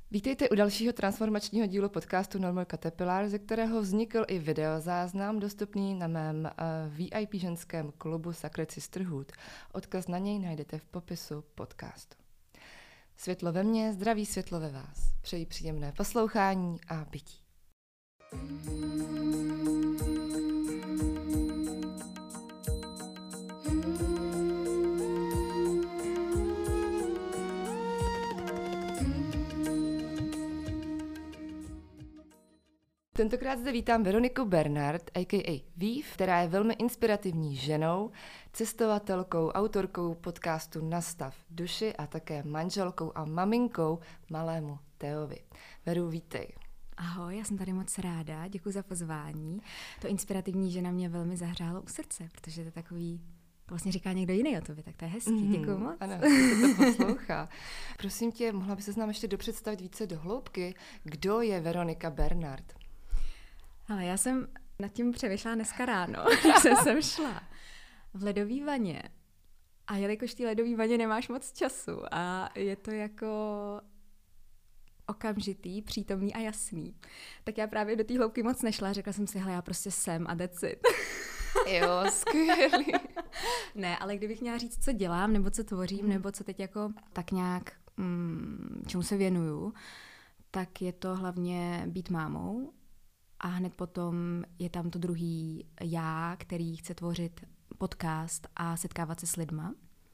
Vítejte u dalšího transformačního dílu podcastu Normal Caterpillar, ze kterého vznikl i videozáznam dostupný na mém VIP ženském klubu Sacred Sisterhood. Odkaz na něj najdete v popisu podcastu. Světlo ve mně, zdraví světlo ve vás. Přeji příjemné poslouchání a bytí. Tentokrát zde vítám Veroniku Bernard, a.k.a. Vív, která je velmi inspirativní ženou, cestovatelkou, autorkou podcastu Nastav duši a také manželkou a maminkou malému Teovi. Veru, vítej. Ahoj, já jsem tady moc ráda, děkuji za pozvání. To inspirativní žena mě velmi zahřálo u srdce, protože to je takový, vlastně říká někdo jiný o tobě, tak to je hezký, děkuji moc. Ano, se to poslouchá. Prosím tě, mohla by se nám ještě dopředstavit více do hloubky, kdo je Veronika Bernard? Ale já jsem nad tím přemýšlela dneska ráno, když jsem šla v ledové vaně. A jelikož ty ledové vaně nemáš moc času a je to jako okamžitý, přítomný a jasný, tak já právě do té hloubky moc nešla. Řekla jsem si, hele, já prostě jsem a that's it. Jo, skvělý. Ne, ale kdybych měla říct, co dělám, nebo co tvořím, nebo co teď jako tak nějak, čemu se věnuju, tak je to hlavně být mámou. A hned potom je tam to druhý já, který chce tvořit podcast a setkávat se s lidma.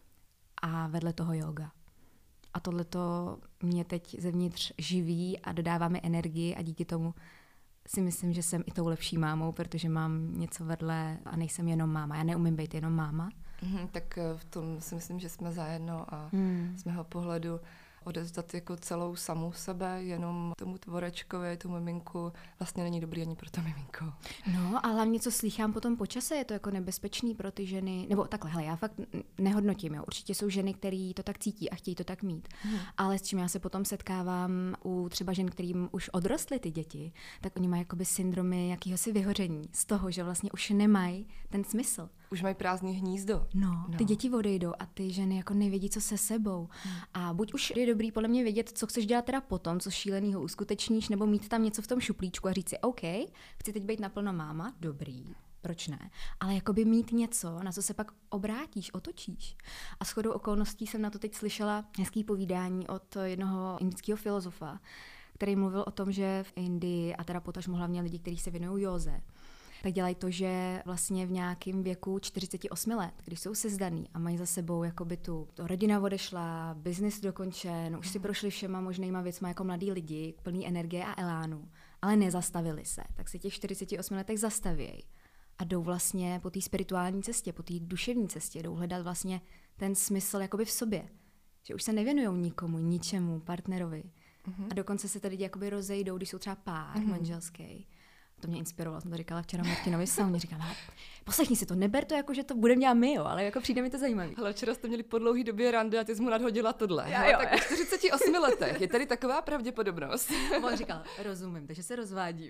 A vedle toho yoga. A tohleto mě teď zevnitř živí a dodává mi energii a díky tomu si myslím, že jsem i tou lepší mámou, protože mám něco vedle a nejsem jenom máma. Já neumím být jenom máma. Tak v tom si myslím, že jsme zajedno a z mého pohledu odevzdat jako celou samu sebe, jenom tomu tvorečkovi, tomu miminku, vlastně není dobrý ani pro to miminko. No a hlavně, co slýchám potom po čase, je to jako nebezpečný pro ty ženy, nebo takhle, hele, já fakt nehodnotím, jo. Určitě jsou ženy, které to tak cítí a chtějí to tak mít, ale s čím já se potom setkávám u třeba žen, kterým už odrostly ty děti, tak oni mají jakoby syndromy jakýhosi vyhoření z toho, že vlastně už nemají ten smysl. Už mají prázdný hnízdo. No, ty děti odejdou a ty ženy jako nevědí, co se sebou. A buď už je dobrý podle mě vědět, co chceš dělat teda potom, co šílenýho uskutečníš, nebo mít tam něco v tom šuplíčku a říct si, OK, chci teď být naplno máma, dobrý, proč ne? Ale jakoby mít něco, na co se pak obrátíš, otočíš. A shodou okolností jsem na to teď slyšela hezký povídání od jednoho indického filozofa, který mluvil o tom, že v Indii, a teda potažmo hlavně lidi, kteří se věnují józe, tak dělají to, že vlastně v nějakém věku 48 let, když jsou sezdaný a mají za sebou jakoby tu rodina odešla, biznis dokončen, už si prošli všema možnýma věcma jako mladí lidi, plný energie a elánu, ale nezastavili se, tak se těch 48 letech zastavějí a jdou vlastně po té spirituální cestě, po té duševní cestě, jdou hledat vlastně ten smysl jakoby v sobě, že už se nevěnujou nikomu, ničemu, partnerovi. A dokonce se ty lidi jakoby rozejdou, když jsou třeba pár manželský. To mě inspirovalo, jsem to říkala včera Martinovi sauně, říkám, poslechni si to, neber to jako, že to budeme dělat my, jo, ale jako přijde mi to zajímavý. Hele, včera jste měli po dlouhý době rande a ty jsi mu nadhodila tohle. Tak v 48 letech je tady taková pravděpodobnost. On říkal, rozumím, takže se rozvádím,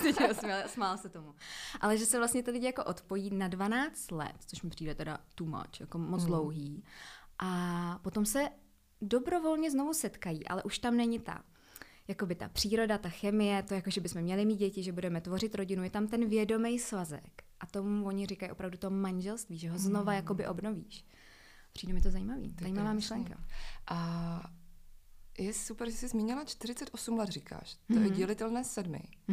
smál se tomu. Ale že se vlastně ty lidi jako odpojí na 12 let, což mi přijde teda too much, jako moc dlouhý. A potom se dobrovolně znovu setkají, ale už tam není jakoby ta příroda, ta chemie, to jako, že bychom měli mít děti, že budeme tvořit rodinu, je tam ten vědomý svazek. A tomu oni říkají opravdu to manželství, že ho znova jakoby obnovíš. Přijde mi to zajímavá myšlenka. A je super, že jsi zmínila 48 let, říkáš. To je dělitelné 7.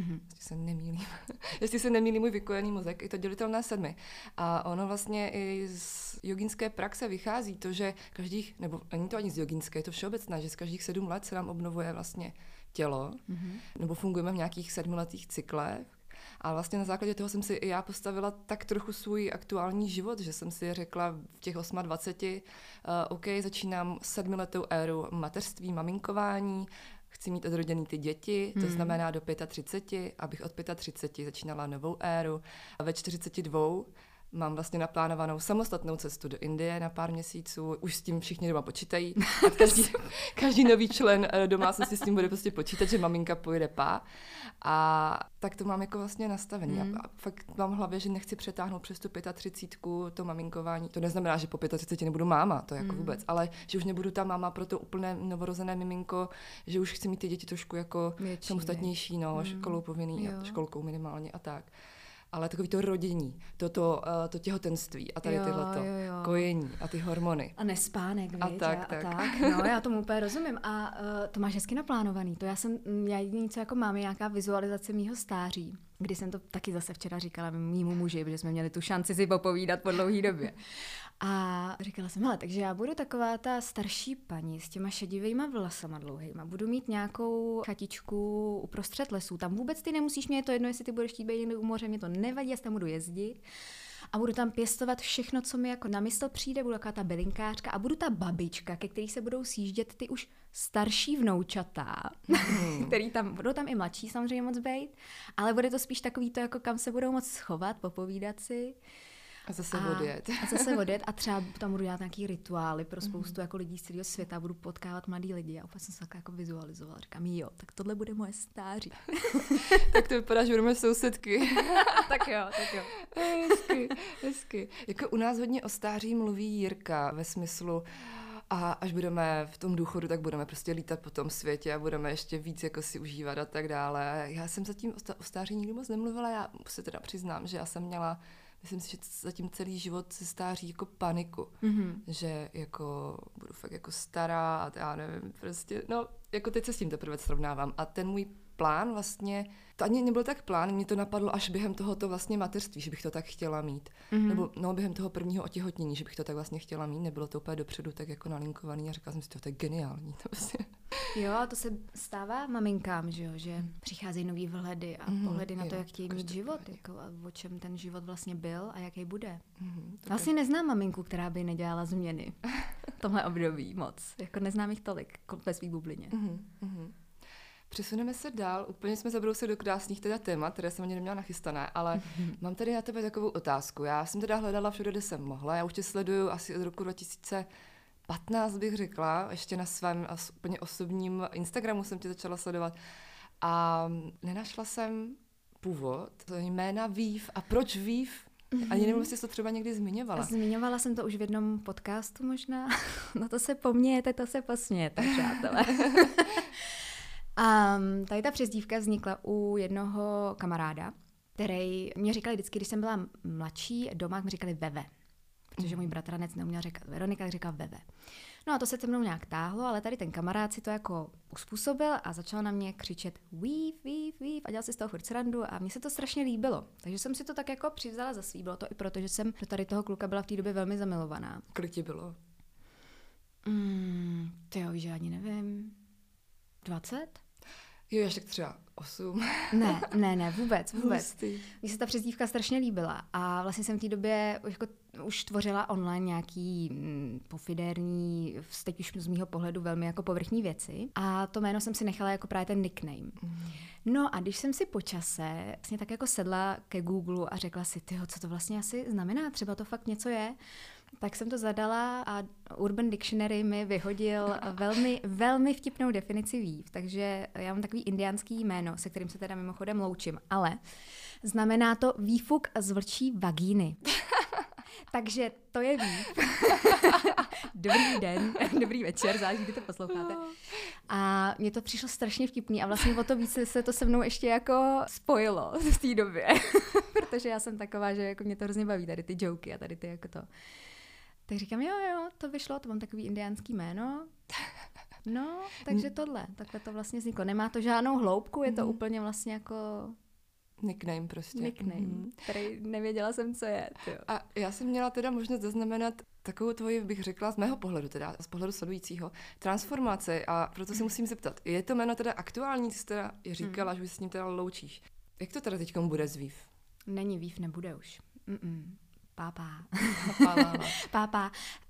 Jestli se nemýlím můj vykojený mozek, je to dělitelné 7. A ono vlastně i z jogínské praxe vychází to, že každých, nebo není to ani z jogínské, je to všeobecné, že z každých 7 let se nám obnovuje vlastně tělo, nebo fungujeme v nějakých 7letých cyklech. A vlastně na základě toho jsem si i já postavila tak trochu svůj aktuální život, že jsem si řekla v těch 28, OK, začínám 7letou éru mateřství, maminkování, chci mít odroděný ty děti, to znamená do 35, abych od 35 začínala novou éru. A ve 42 mám vlastně naplánovanou samostatnou cestu do Indie na pár měsíců, už s tím všichni doma počítají. A každý nový člen domácnosti s tím bude prostě počítat, že maminka pojede a tak to mám jako vlastně nastavený. A fakt mám v hlavě, že nechci přetáhnout přes tu 35, to maminkování. To neznamená, že po 35 nebudu máma, to jako vůbec, ale že už nebudu ta máma pro to úplné novorozené miminko, že už chci mít ty děti trošku jako samostatnější, školou povinný, školkou minimálně a tak. Ale takový to rodění, to těhotenství a tady tyhleto, kojení a ty hormony. A nespánek, a tak. No, já tomu úplně rozumím. A to máš hezky naplánovaný. To já jediný, co jako mám, je nějaká vizualizace mýho stáří, kdy jsem to taky zase včera říkala mýmu muži, protože jsme měli tu šanci si popovídat po dlouhé době. A říkala jsem, hele, takže já budu taková ta starší paní s těma šedivejma vlasama dlouhejma. Budu mít nějakou chatičku uprostřed lesů. Tam vůbec ty nemusíš, mě je to jedno, jestli ty budeš chtít být někde u moře, mě to nevadí, já tam budu jezdit. A budu tam pěstovat všechno, co mi jako na mysl přijde, budu taková ta bylinkářka a budu ta babička, ke který se budou sjíždět ty už starší vnoučata, který tam, budou tam i mladší samozřejmě moc bejt, ale bude to spíš takový to, jako kam se budou moc schovat, popovídat si. A zase odjet. A třeba tam budu dělat nějaký rituály pro spoustu jako lidí z celého světa, budu potkávat mladý lidi a úplně jsem se tak jako vizualizovala. Říkám, jo, tak tohle bude moje stáří. Tak to vypadá, že budeme sousedky. tak jo. Hezky. Jako u nás hodně o stáří mluví Jirka ve smyslu, a až budeme v tom důchodu, tak budeme prostě lítat po tom světě a budeme ještě víc jako si užívat a tak dále. Já jsem zatím o stáří nikdy moc nemluvila, já se teda přiznám, že já jsem měla, myslím si, že zatím celý život se stáří jako paniku, že jako budu fakt jako stará a já nevím, prostě, no, jako teď se s tím teprve srovnávám a ten můj plán vlastně, to ani nebyl tak plán, mě to napadlo až během tohoto vlastně mateřství, že bych to tak chtěla mít. Nebo během toho prvního otěhotnění, že bych to tak vlastně chtěla mít, nebylo to úplně dopředu tak jako nalinkovaný a říkala jsem si, to je geniální. To vlastně. Jo, a to se stává maminkám, že přicházejí nový vhledy a pohledy na to, jak chtějí mít život, jako a o čem ten život vlastně byl a jaký bude. Vlastně neznám maminku, která by nedělala změny v tomhle období moc. Jako neznám jich tolik ve svý bublině. Přesuneme se dál, úplně jsme zabrousili do krásných teda témat, které jsem ani neměla nachystané, ale mám tady na tebe takovou otázku. Já jsem teda hledala všude, kde jsem mohla, já už tě sleduju asi od roku 2015 bych řekla, ještě na svém úplně osobním Instagramu jsem tě začala sledovat a nenašla jsem původ jména Vív. A proč Vív? Ani nevím, jestli jsi to třeba někdy zmiňovala. Zmiňovala jsem to už v jednom podcastu možná. No to se pomějete, to se posmějete, přátelé. A tady ta přezdívka vznikla u jednoho kamaráda, který mě říkali vždycky, když jsem byla mladší, doma mi říkali Veve, protože můj bratranec neuměl říkat Veronika, tak říkal Veve. No a to se se mnou nějak táhlo, ale tady ten kamarád si to jako uspůsobil a začal na mě křičet Vív a dělal si z toho furt srandu a mně se to strašně líbilo. Takže jsem si to tak jako přivzala za svý. Bylo to i proto, že jsem do tady toho kluka byla v té době velmi zamilovaná. Kolik ti bylo? Tyjo, že ani nevím. 20? Jo, až tak třeba 8. Ne, vůbec. Mně se ta přezdívka strašně líbila a vlastně jsem v té době jako už tvořila online nějaký pofidérní, teď už z mýho pohledu velmi jako povrchní věci a to jméno jsem si nechala jako právě ten nickname. No a když jsem si po čase vlastně tak jako sedla ke Google a řekla si, tyjo, co to vlastně asi znamená, třeba to fakt něco je, tak jsem to zadala a Urban Dictionary mi vyhodil velmi, velmi vtipnou definici Vív, takže já mám takový indiánský jméno, se kterým se teda mimochodem loučím, ale znamená to výfuk z vlčí vagíny. Takže to je Vív. Dobrý den, dobrý večer, záleží, kdy to posloucháte. A mně to přišlo strašně vtipný a vlastně o to víc se to se mnou ještě jako spojilo v té době. Protože já jsem taková, že jako mě to hrozně baví, tady ty joky a tady ty jako to. Tak říkám, jo, to vyšlo, to mám takový indiánský jméno. No, takže takhle to vlastně vzniklo. Nemá to žádnou hloubku, je to úplně vlastně jako nickname prostě. Nickname, který nevěděla jsem, co je. Tyjo. A já jsem měla teda možnost zaznamenat takovou tvoji, bych řekla, z mého pohledu teda, z pohledu sledujícího, transformaci a proto si musím zeptat, je to jméno teda aktuální, ty jsi teda říkala, že už s ním teda loučíš. Jak to teda teďkom bude z Vív? Není Vív, nebude už. Pápá. Pápá.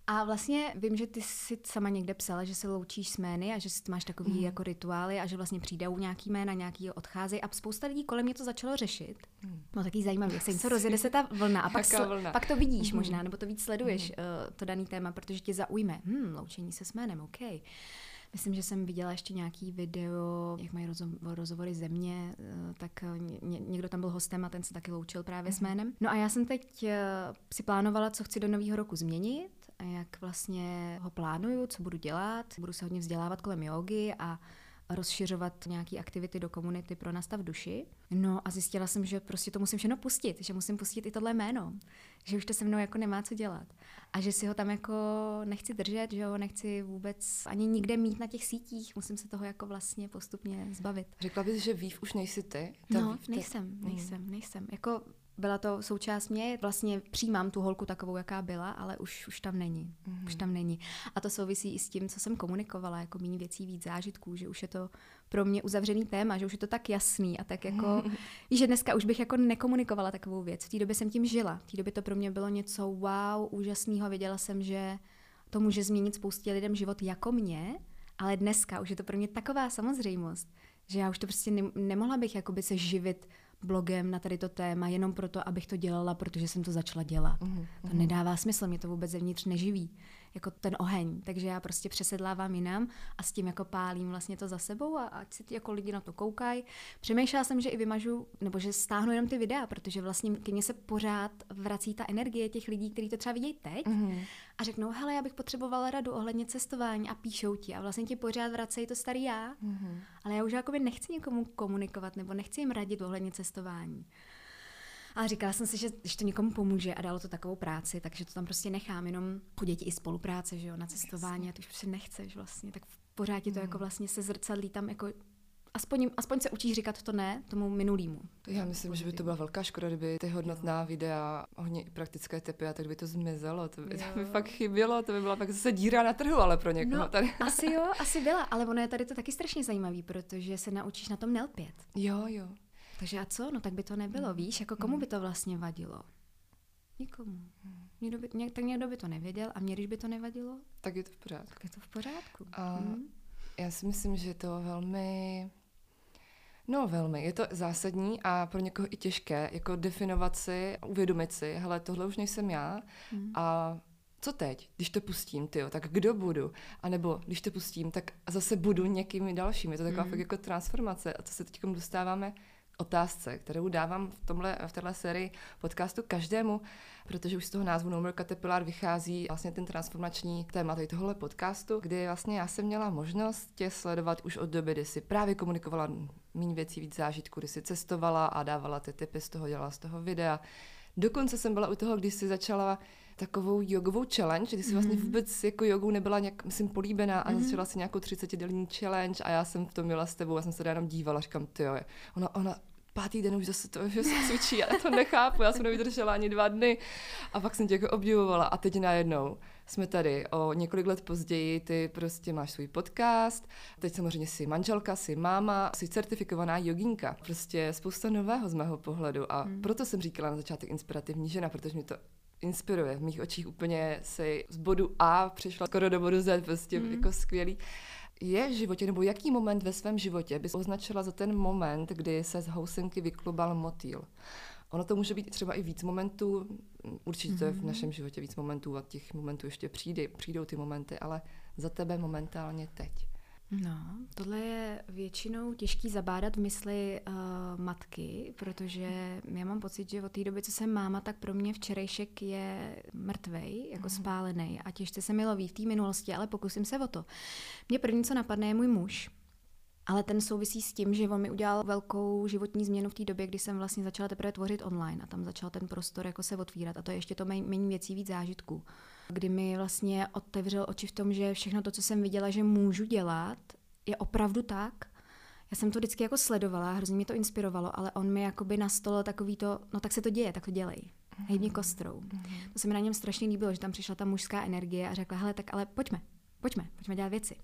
A vlastně vím, že ty si sama někde psala, že se loučíš s jmény a že máš takový jako rituály a že vlastně přijdou nějaký jména, nějaký odcházejí a spousta lidí kolem mě to začalo řešit. No taky zajímavý, jak se něco rozjede se ta vlna a pak to vidíš možná, nebo to víc sleduješ, to daný téma, protože tě zaujme. Loučení se s jménem, OK. Myslím, že jsem viděla ještě nějaký video, jak mají rozhovory Země, tak někdo tam byl hostem a ten se taky loučil právě s jménem. No a já jsem teď si plánovala, co chci do nového roku změnit, a jak vlastně ho plánuju, co budu dělat. Budu se hodně vzdělávat kolem jógy a rozšiřovat nějaké aktivity do komunity pro nastav duši. No a zjistila jsem, že prostě to musím všechno pustit, že musím pustit i tohle jméno, že už to se mnou jako nemá co dělat a že si ho tam jako nechci držet, že ho nechci vůbec ani nikde mít na těch sítích, musím se toho jako vlastně postupně zbavit. Řekla bys, že Vív už nejsi ty? No, nejsem. Jako byla to součást mě, vlastně přijímám tu holku takovou, jaká byla, ale už tam není. Už tam není. A to souvisí i s tím, co jsem komunikovala, jako méně věcí, víc zážitků, že už je to pro mě uzavřený téma, že už je to tak jasný a tak jako, že dneska už bych jako nekomunikovala takovou věc. V té době jsem tím žila. V té době to pro mě bylo něco wow, úžasného. Věděla jsem, že to může změnit spoustě lidem život jako mě, ale dneska už je to pro mě taková samozřejmost, že já už to prostě nemohla bych jakoby se živit blogem na tady to téma jenom proto, abych to dělala, protože jsem to začala dělat. To nedává smysl, mě to vůbec zevnitř neživí, jako ten oheň. Takže já prostě přesedlávám jinam a s tím jako pálím vlastně to za sebou a ať si jako lidi na to koukají. Přemýšlela jsem, že i vymažu, nebo že stáhnu jenom ty videa, protože vlastně ke mně se pořád vrací ta energie těch lidí, kteří to třeba vidějí teď a řeknou, hele, já bych potřebovala radu ohledně cestování a píšou ti a vlastně ti pořád vracejí to starý já, ale já už jakoby nechci někomu komunikovat nebo nechci jim radit ohledně cestování. Ale říkala jsem si, že když to někomu pomůže a dalo to takovou práci, takže to tam prostě nechám, jenom chodí ti i spolupráce, že jo, na cestování a ty už prostě nechceš vlastně, tak pořád ti to jako vlastně se zrcadlí tam jako aspoň se učíš říkat to ne tomu minulýmu. Já myslím, že by to byla velká škoda, kdyby ty hodnotná videa, hodně praktické tipy a tak by to zmizelo. To by fakt chybělo, to by byla pak zase díra na trhu, ale pro někoho no, tady. Asi byla, ale ono je tady to taky strašně zajímavý, protože se naučíš na tom nelpět. Jo. Takže a co? No tak by to nebylo, víš? Jako komu by to vlastně vadilo? Nikomu. Někdo by to nevěděl a mě, když by to nevadilo? Tak je to v pořádku. Tak je to v pořádku. Já si myslím, že je to velmi, je to zásadní a pro někoho i těžké, jako definovat si, uvědomit si, hele, tohle už nejsem já a co teď, když to pustím, tyjo, tak kdo budu? A nebo když to pustím, tak zase budu někým dalším. Je to taková fakt jako transformace a to se teď dostáváme otázce, kterou dávám v téhle sérii podcastu každému, protože už z toho názvu No More Caterpillar vychází vlastně ten transformační téma tady tohohle podcastu, kdy vlastně já jsem měla možnost tě sledovat už od doby, kdy si právě komunikovala méně věcí, víc zážitků, kdy si cestovala a dávala ty tipy z toho, dělala z toho videa. Dokonce jsem byla u toho, když si začala takovou jogovou challenge, kdy si vlastně vůbec jako jogou nebyla nějak, myslím, políbená a začala si nějakou 30denní challenge a já jsem v tom měla s tebou, já jsem se jenom dívala, říkám, tyjo, ona 5. den už zase to, že se cvičí, já to nechápu, já jsem nevydržela ani 2 dny a pak jsem tě jako obdivovala a teď najednou jsme tady o několik let později, ty prostě máš svůj podcast, teď samozřejmě jsi manželka, jsi máma, jsi certifikovaná jogínka, prostě spousta nového z mého pohledu a proto jsem říkala na začátek inspirativní žena, protože mě to inspiruje. V mých očích úplně si z bodu A přišla skoro do bodu Z, prostě jako skvělý. Je v životě, nebo jaký moment ve svém životě bys označila za ten moment, kdy se z housenky vyklubal motýl? Ono to může být třeba i víc momentů, určitě to je v našem životě víc momentů a těch momentů ještě přijdou ty momenty, ale za tebe momentálně teď. No, tohle je většinou těžký zabádat v mysli matky, protože já mám pocit, že od té doby, co jsem máma, tak pro mě včerejšek je mrtvej, jako spálený a těžce se mi loví v té minulosti, ale pokusím se o to. Mě první, co napadne, je můj muž. Ale ten souvisí s tím, že on mi udělal velkou životní změnu v té době, kdy jsem vlastně začala teprve tvořit online a tam začal ten prostor jako se otvírat a to je ještě to méně věcí, víc zážitků. Kdy mi vlastně otevřel oči v tom, že všechno to, co jsem viděla, že můžu dělat, je opravdu tak. Já jsem to vždycky jako sledovala, hrozně mě to inspirovalo, ale on mi jakoby nastolil takový to, no tak se to děje, tak to dělej. Hej mě kostrou. To se mi na něm strašně líbilo, že tam přišla ta mužská energie a řekla, hele, tak ale pojďme dělat věci.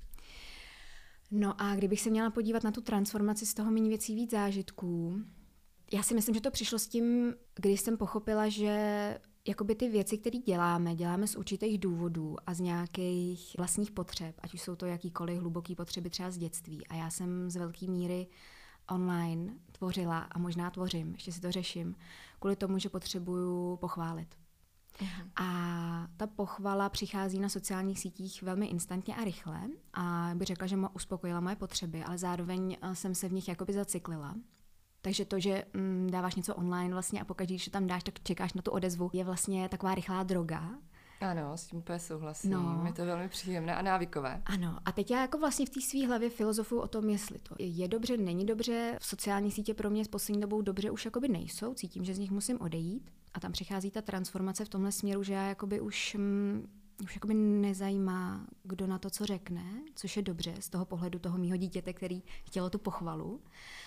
No a kdybych se měla podívat na tu transformaci z toho méně věcí, víc zážitků, já si myslím, že to přišlo s tím, když jsem pochopila, že jakoby ty věci, které děláme z určitých důvodů a z nějakých vlastních potřeb, ať už jsou to jakýkoliv hluboký potřeby třeba z dětství. A já jsem z velké míry online tvořila a možná tvořím, ještě si to řeším, kvůli tomu, že potřebuju pochválit. A ta pochvala přichází na sociálních sítích velmi instantně a rychle a bych řekla, že uspokojila moje potřeby, ale zároveň jsem se v nich jakoby zacyklila. Takže to, že dáváš něco online vlastně a pokaždé, když to tam dáš, tak čekáš na tu odezvu, je vlastně taková rychlá droga. Ano, s tím úplně souhlasím. No. Je to velmi příjemné a návykové. Ano, a teď já jako vlastně v té své hlavě filozofuju o tom, jestli to je dobře, není dobře. V sociální sítě pro mě s poslední dobou dobře už jakoby nejsou, cítím, že z nich musím odejít. A tam přichází ta transformace v tomhle směru, že já jakoby už jakoby nezajímá, kdo na to, co řekne, což je dobře z toho pohledu toho mýho dítěte, který chtělo tu pochvalu.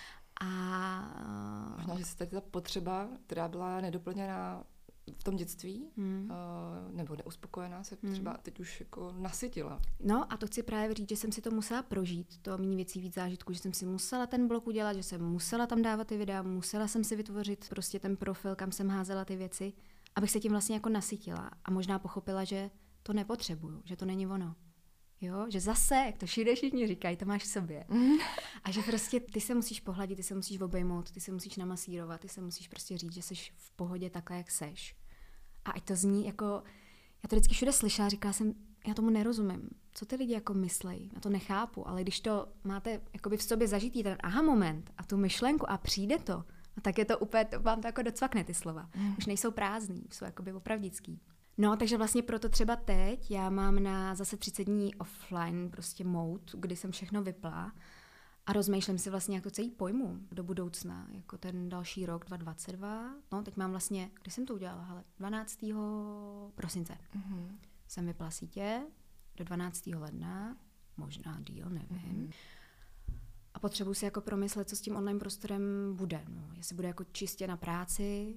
A možná, že se tady ta potřeba, která byla nedoplněná v tom dětství, nebo neuspokojená, se třeba teď už jako nasytila. No a to chci právě říct, že jsem si to musela prožít, to méně věcí, víc zážitků, že jsem si musela ten blog udělat, že jsem musela tam dávat ty videa, musela jsem si vytvořit prostě ten profil, kam jsem házela ty věci, abych se tím vlastně jako nasytila a možná pochopila, že to nepotřebuju, že to není ono. Jo, že zase, jak to všichni říkají, to máš v sobě. A že prostě ty se musíš pohladit, ty se musíš obejmout, ty se musíš namasírovat, ty se musíš prostě říct, že jsi v pohodě takhle, jak seš. A ať to zní jako, já to vždycky všude slyšela, říkala jsem, já tomu nerozumím. Co ty lidi jako myslejí? Já to nechápu, ale když to máte jakoby v sobě zažitý ten aha moment a tu myšlenku a přijde to, no tak je to úplně, vám to jako docvakne ty slova. Už nejsou prázdný, jsou jakoby opravdický. No, takže vlastně proto třeba teď já mám na zase 30 dní offline prostě mode, kdy jsem všechno vypla a rozmýšlím si vlastně, jak to celý pojmu do budoucna, jako ten další rok 2022. No, teď mám vlastně, kdy jsem to udělala, ale 12. prosince jsem vypla sítě do 12. ledna, možná díl, nevím. A potřebuji si jako promyslet, co s tím online prostorem bude. No, jestli bude jako čistě na práci,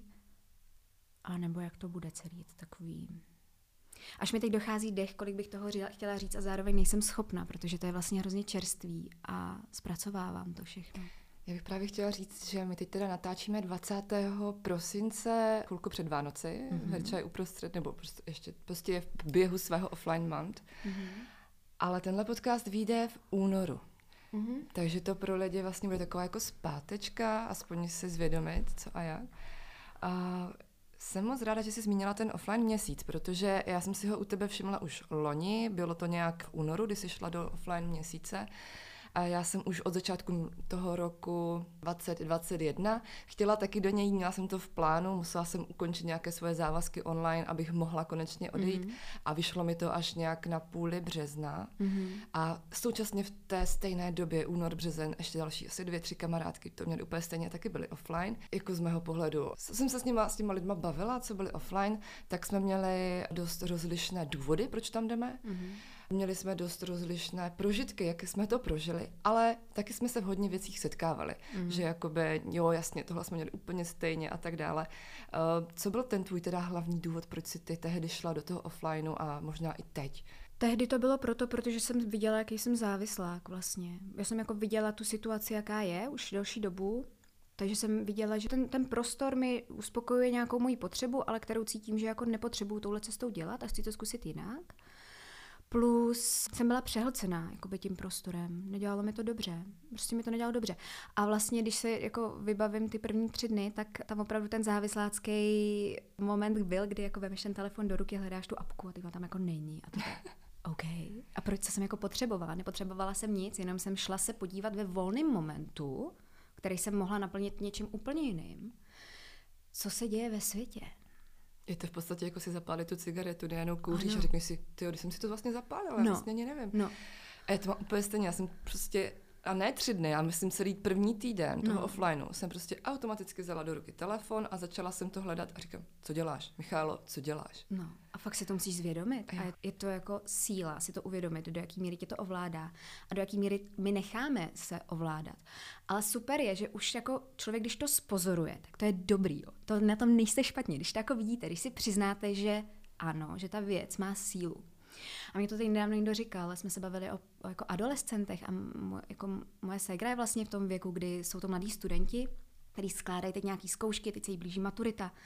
a nebo jak to bude celý, je to takový. Až mi teď dochází dech, kolik bych toho chtěla říct a zároveň nejsem schopna, protože to je vlastně hrozně čerstvý a zpracovávám to všechno. Já bych právě chtěla říct, že my teď teda natáčíme 20. prosince, chvilku před Vánoci, Verča je uprostřed, nebo prostě je v běhu svého offline month, ale tenhle podcast vyjde v únoru. Takže to pro lidi vlastně bude taková jako zpátečka, aspoň se zvědomit, co a jak. A jsem moc ráda, že jsi zmínila ten offline měsíc, protože já jsem si ho u tebe všimla už loni, bylo to nějak v únoru, kdy jsi šla do offline měsíce. A já jsem už od začátku toho roku 2021 chtěla taky do něj, měla jsem to v plánu, musela jsem ukončit nějaké svoje závazky online, abych mohla konečně odejít a vyšlo mi to až nějak na půli března. A současně v té stejné době, únor, březen, ještě další asi 2-3 kamarádky, to měly úplně stejně, taky byly offline. Jako z mého pohledu jsem se s těma lidma bavila, co byly offline, tak jsme měli dost rozlišné důvody, proč tam jdeme. Měli jsme dost rozlišné prožitky, jak jsme to prožili, ale taky jsme se v hodně věcích setkávali, že jakoby, jo, jasně, tohle jsme měli úplně stejně a tak dále. Co byl ten tvůj teda hlavní důvod, proč jsi ty tehdy šla do toho offlineu a možná i teď? Tehdy to bylo proto, protože jsem viděla, jaký jsem závislák vlastně. Já jsem jako viděla tu situaci, jaká je už delší dobu, takže jsem viděla, že ten prostor mi uspokojuje nějakou moji potřebu, ale kterou cítím, že jako nepotřebuju touhle cestou dělat a chci to zkusit jinak. Plus jsem byla přehlcená jakoby tím prostorem, nedělalo mi to dobře, prostě mi to nedělalo dobře. A vlastně, když se jako vybavím ty první 3 dny, tak tam opravdu ten závislácký moment byl, kdy jako vemeš ten telefon do ruky, hledáš tu apku a ty tam jako není. A to OK. A proč jsem jako potřebovala? Nepotřebovala jsem nic, jenom jsem šla se podívat ve volném momentu, který jsem mohla naplnit něčím úplně jiným. Co se děje ve světě? Je to v podstatě jako si zapálit tu cigaretu, nejenom kouříš a řekneš si, tyjo, když jsem si to vlastně zapálila, já vlastně ani nevím. No. A je to mám úplně stejně, já jsem prostě, a ne 3 dny, já myslím celý první týden toho offlineu, jsem prostě automaticky vzala do ruky telefon a začala jsem to hledat a říkám, co děláš, Michálo, co děláš? No a fakt si to musíš zvědomit a je to jako síla si to uvědomit, do jaký míry tě to ovládá a do jaký míry my necháme se ovládat. Ale super je, že už jako člověk, když to spozoruje, tak to je dobrý, jo. To na tom nejste špatně, když to jako vidíte, když si přiznáte, že ano, že ta věc má sílu. A mě to teď nedávno někdo říkal, jsme se bavili o jako adolescentech a jako moje ségra je vlastně v tom věku, kdy jsou to mladí studenti, kteří skládají teď nějaký zkoušky, teď se jí blíží maturita.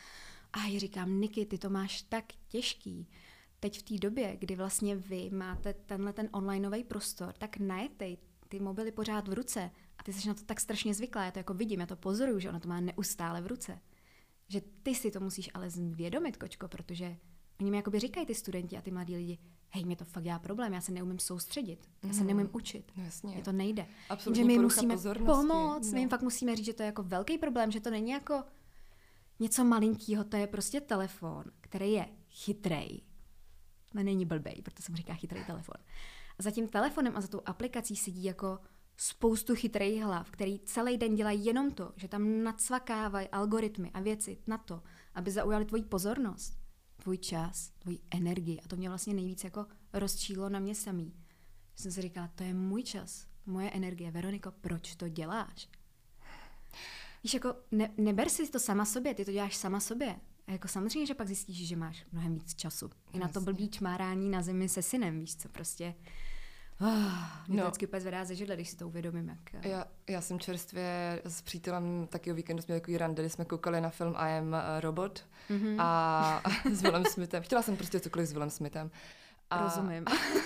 A já říkám, Niky, ty to máš tak těžký. Teď v té době, kdy vlastně vy máte tenhle ten onlineový prostor, tak najetej ty mobily pořád v ruce a ty jsi na to tak strašně zvyklá, já to jako vidím, já to pozoruju, že ona to má neustále v ruce. Že ty si to musíš ale zvědomit, kočko, protože oni mi jakoby říkají ty studenti a ty mladí lidi, hej, mě to fakt dělá problém, já se neumím soustředit, já se neumím učit, mě to nejde. Absolutní že my porucha musíme pozornosti. pomoct, my jim fakt musíme říct, že to je jako velký problém, že to není jako něco malinkýho, to je prostě telefon, který je chytrej, ale není blbej, proto jsem říká chytrý telefon. A za tím telefonem a za tou aplikací sedí jako spoustu chytrých hlav, který celý den dělají jenom to, že tam nacvakávají algoritmy a věci na to, aby zaujali tvoji pozornost, tvůj čas, tvoji energii. A to mě vlastně nejvíc jako rozčílo na mě samý. Že jsem si říkala, to je můj čas, moje energie. Veroniko, proč to děláš? Víš, jako neber si to sama sobě, ty to děláš sama sobě. A jako samozřejmě, že pak zjistíš, že máš mnohem víc času. I na to blbý čmárání na zemi se synem, víš co, prostě. Mě to vždycky úplně zvedá ze židle, když si to uvědomím. Jak... Já jsem čerstvě s přítelem taky o víkendu jsme takový rande, kdy jsme koukali na film I Am Robot a s Willem Smithem. Chtěla jsem prostě cokoliv s Willem Smithem. Rozumím.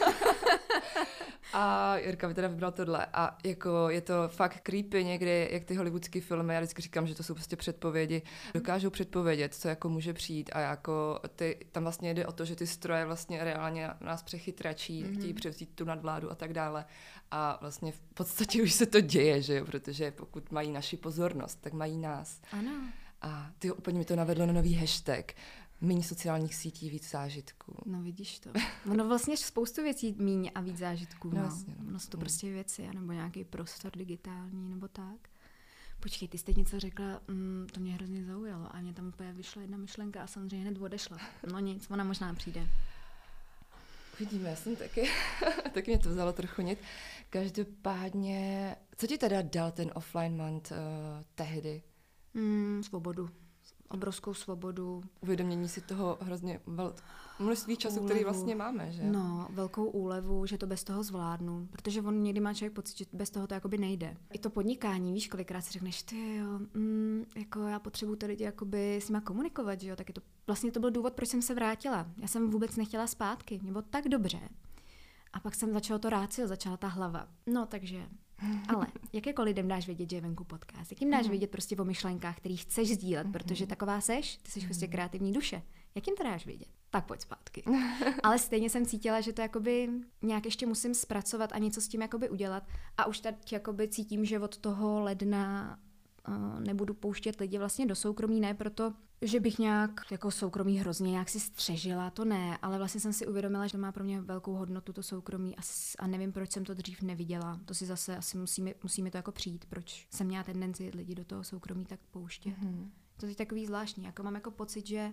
A Jirka by teda vybral tohle. A jako je to fakt creepy někdy, jak ty hollywoodský filmy, já vždycky říkám, že to jsou prostě předpovědi, dokážou předpovědět, co jako může přijít a jako tam vlastně jde o to, že ty stroje vlastně reálně nás přechytračí, chtějí převzít tu nadvládu a tak dále. A vlastně v podstatě už se to děje, že jo, protože pokud mají naši pozornost, tak mají nás. Ano. A úplně mi to navedlo na nový hashtag. Míň sociálních sítí, víc zážitků. No vidíš to. Ono vlastně spoustu věcí míň a víc zážitků. No. Vlastně, Ono jsou to prostě věci, nebo nějaký prostor digitální, nebo tak. Počkej, ty jste něco řekla, to mě hrozně zaujalo a mě tam úplně vyšla jedna myšlenka a samozřejmě hned odešla. No nic, ona možná přijde. Vidíme, já jsem taky, taky mě to vzalo trochu nit. Každopádně, co ti teda dal ten offline month tehdy? Svobodu. Obrovskou svobodu. Uvědomění si toho hrozně množství času, který vlastně máme, že? No, velkou úlevu, že to bez toho zvládnu, protože on někdy má člověk pocit, že bez toho to jakoby nejde. I to podnikání, víš, kolikrát si řekneš, ty jo, jako já potřebuji ty lidi jakoby s nima komunikovat, že jo, tak je to, vlastně to byl důvod, proč jsem se vrátila. Já jsem vůbec nechtěla zpátky, mě bylo tak dobře. A pak jsem začala to rácio, začala ta hlava. No, takže... Ale jak jako lidem dáš vědět, že je venku podcast? Jak jim dáš vědět prostě o myšlenkách, který chceš sdílet, protože taková seš, ty jsi prostě kreativní duše. Jak jim to dáš vědět? Tak pojď zpátky. Ale stejně jsem cítila, že to jakoby nějak ještě musím zpracovat a něco s tím jakoby udělat. A už teď jakoby cítím, že od toho ledna nebudu pouštět lidi vlastně do soukromí, ne proto, že bych nějak jako soukromí hrozně nějak si střežila, to ne, ale vlastně jsem si uvědomila, že to má pro mě velkou hodnotu to soukromí a nevím, proč jsem to dřív neviděla. To si zase asi musíme to jako přijít, proč jsem měla tendenci lidi do toho soukromí tak pouštět. To je takový zvláštní, jako mám jako pocit, že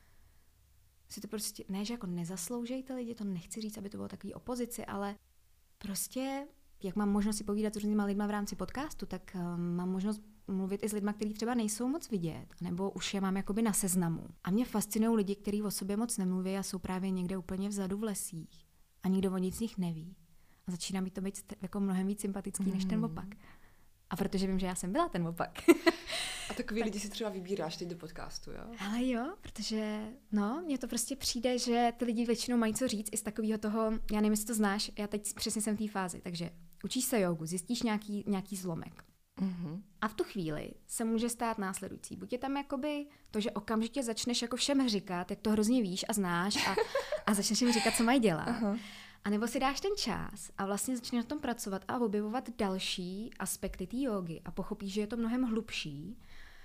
si to prostě, ne, že jako nezasloužejte lidi, to nechci říct, aby to bylo takový opozici, ale prostě, jak mám možnost si povídat s různýma lidma v rámci podcastu, tak mám možnost mluvit i s lidma, kteří třeba nejsou moc vidět, nebo už je mám jakoby na seznamu. A mě fascinují lidi, kteří o sobě moc nemluví a jsou právě někde úplně vzadu v lesích a nikdo o nic z nich neví. A začíná mi to být jako mnohem víc sympatický než ten opak. A protože vím, že já jsem byla ten opak. A takový lidi si třeba vybíráš teď do podcastu, jo? Ale jo, protože mně to prostě přijde, že ty lidi většinou mají co říct i z takového toho, já nevím, jestli to znáš, já teď přesně jsem v té fázi, takže učíš se jogu, zjistíš nějaký zlomek. A v tu chvíli se může stát následující. Buď je tam jakoby to, že okamžitě začneš jako všem říkat, jak to hrozně víš a znáš a začneš jim říkat, co mají dělat. A nebo si dáš ten čas a vlastně začneš na tom pracovat a objevovat další aspekty té jógy a pochopíš, že je to mnohem hlubší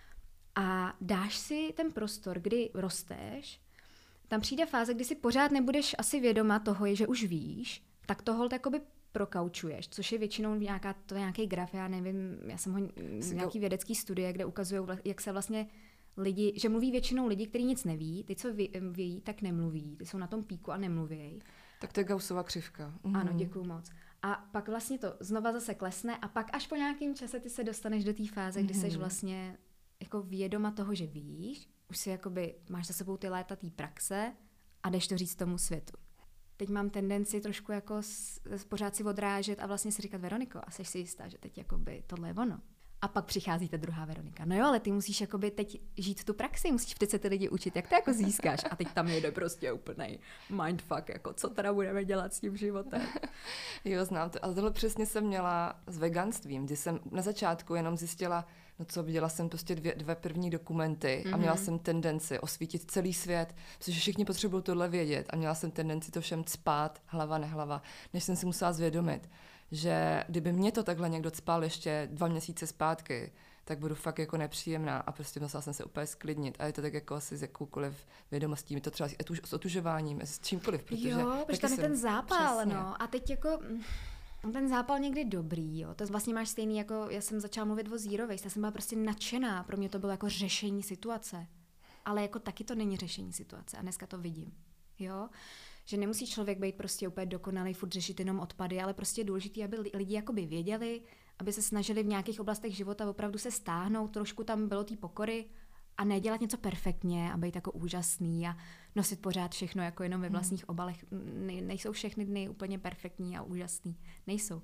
a dáš si ten prostor, kdy rosteš. Tam přijde fáze, kdy si pořád nebudeš asi vědoma toho, že už víš, tak to holt jakoby prokaučuješ, což je většinou nějaký graf, já nevím, já jsem ho nějaký vědecký studie, kde ukazují, jak se vlastně lidi, že mluví většinou lidi, kteří nic neví, ty, co vějí, tak nemluví, ty jsou na tom píku a nemluví. Tak to je Gaussova křivka. Ano, děkuju moc. A pak vlastně to znova zase klesne a pak až po nějakém čase ty se dostaneš do té fáze, kdy jsi vlastně jako vědoma toho, že víš, už si jakoby máš za sebou ty léta té praxe a jdeš to říct tomu světu. Teď mám tendenci trošku jako pořád si odrážet a vlastně si říkat, Veroniko, a jsi si jistá, že teď jakoby tohle je ono. A pak přichází ta druhá Veronika. No jo, ale ty musíš jakoby teď žít tu praxi, musíš teď se ty lidi učit, jak to jako získáš. A teď tam jde prostě úplnej mindfuck, jako co teda budeme dělat s tím životem. Jo, znám to. A tohle přesně jsem měla s veganstvím, kdy jsem na začátku jenom zjistila, no co, viděla jsem prostě dvě první dokumenty a měla jsem tendenci osvítit celý svět, protože všichni potřebují tohle vědět a měla jsem tendenci to všem cpát, hlava nehlava, než jsem si musela zvědomit, že kdyby mě to takhle někdo cpal ještě 2 měsíce zpátky, tak budu fakt jako nepříjemná a prostě musela jsem se úplně sklidnit. A je to tak jako asi s jakoukoliv vědomostí, je to třeba s otužováním, s čímkoliv, protože... Jo, protože tam je ten zápal, přesně. No. A teď jako... Ten zápal někdy dobrý, jo. To vlastně máš stejný, jako já jsem začala mluvit o Zero Waste, já jsem byla prostě nadšená, pro mě to bylo jako řešení situace. Ale jako taky to není řešení situace a dneska to vidím, jo. Že nemusí člověk být prostě úplně dokonalý, furt řešit jenom odpady, ale prostě je důležité, aby lidi jakoby věděli, aby se snažili v nějakých oblastech života opravdu se stáhnout, trošku tam bylo té pokory a nedělat něco perfektně a být jako úžasný a nosit pořád všechno jako jenom ve vlastních obalech. Nejsou všechny dny úplně perfektní a úžasný. Nejsou.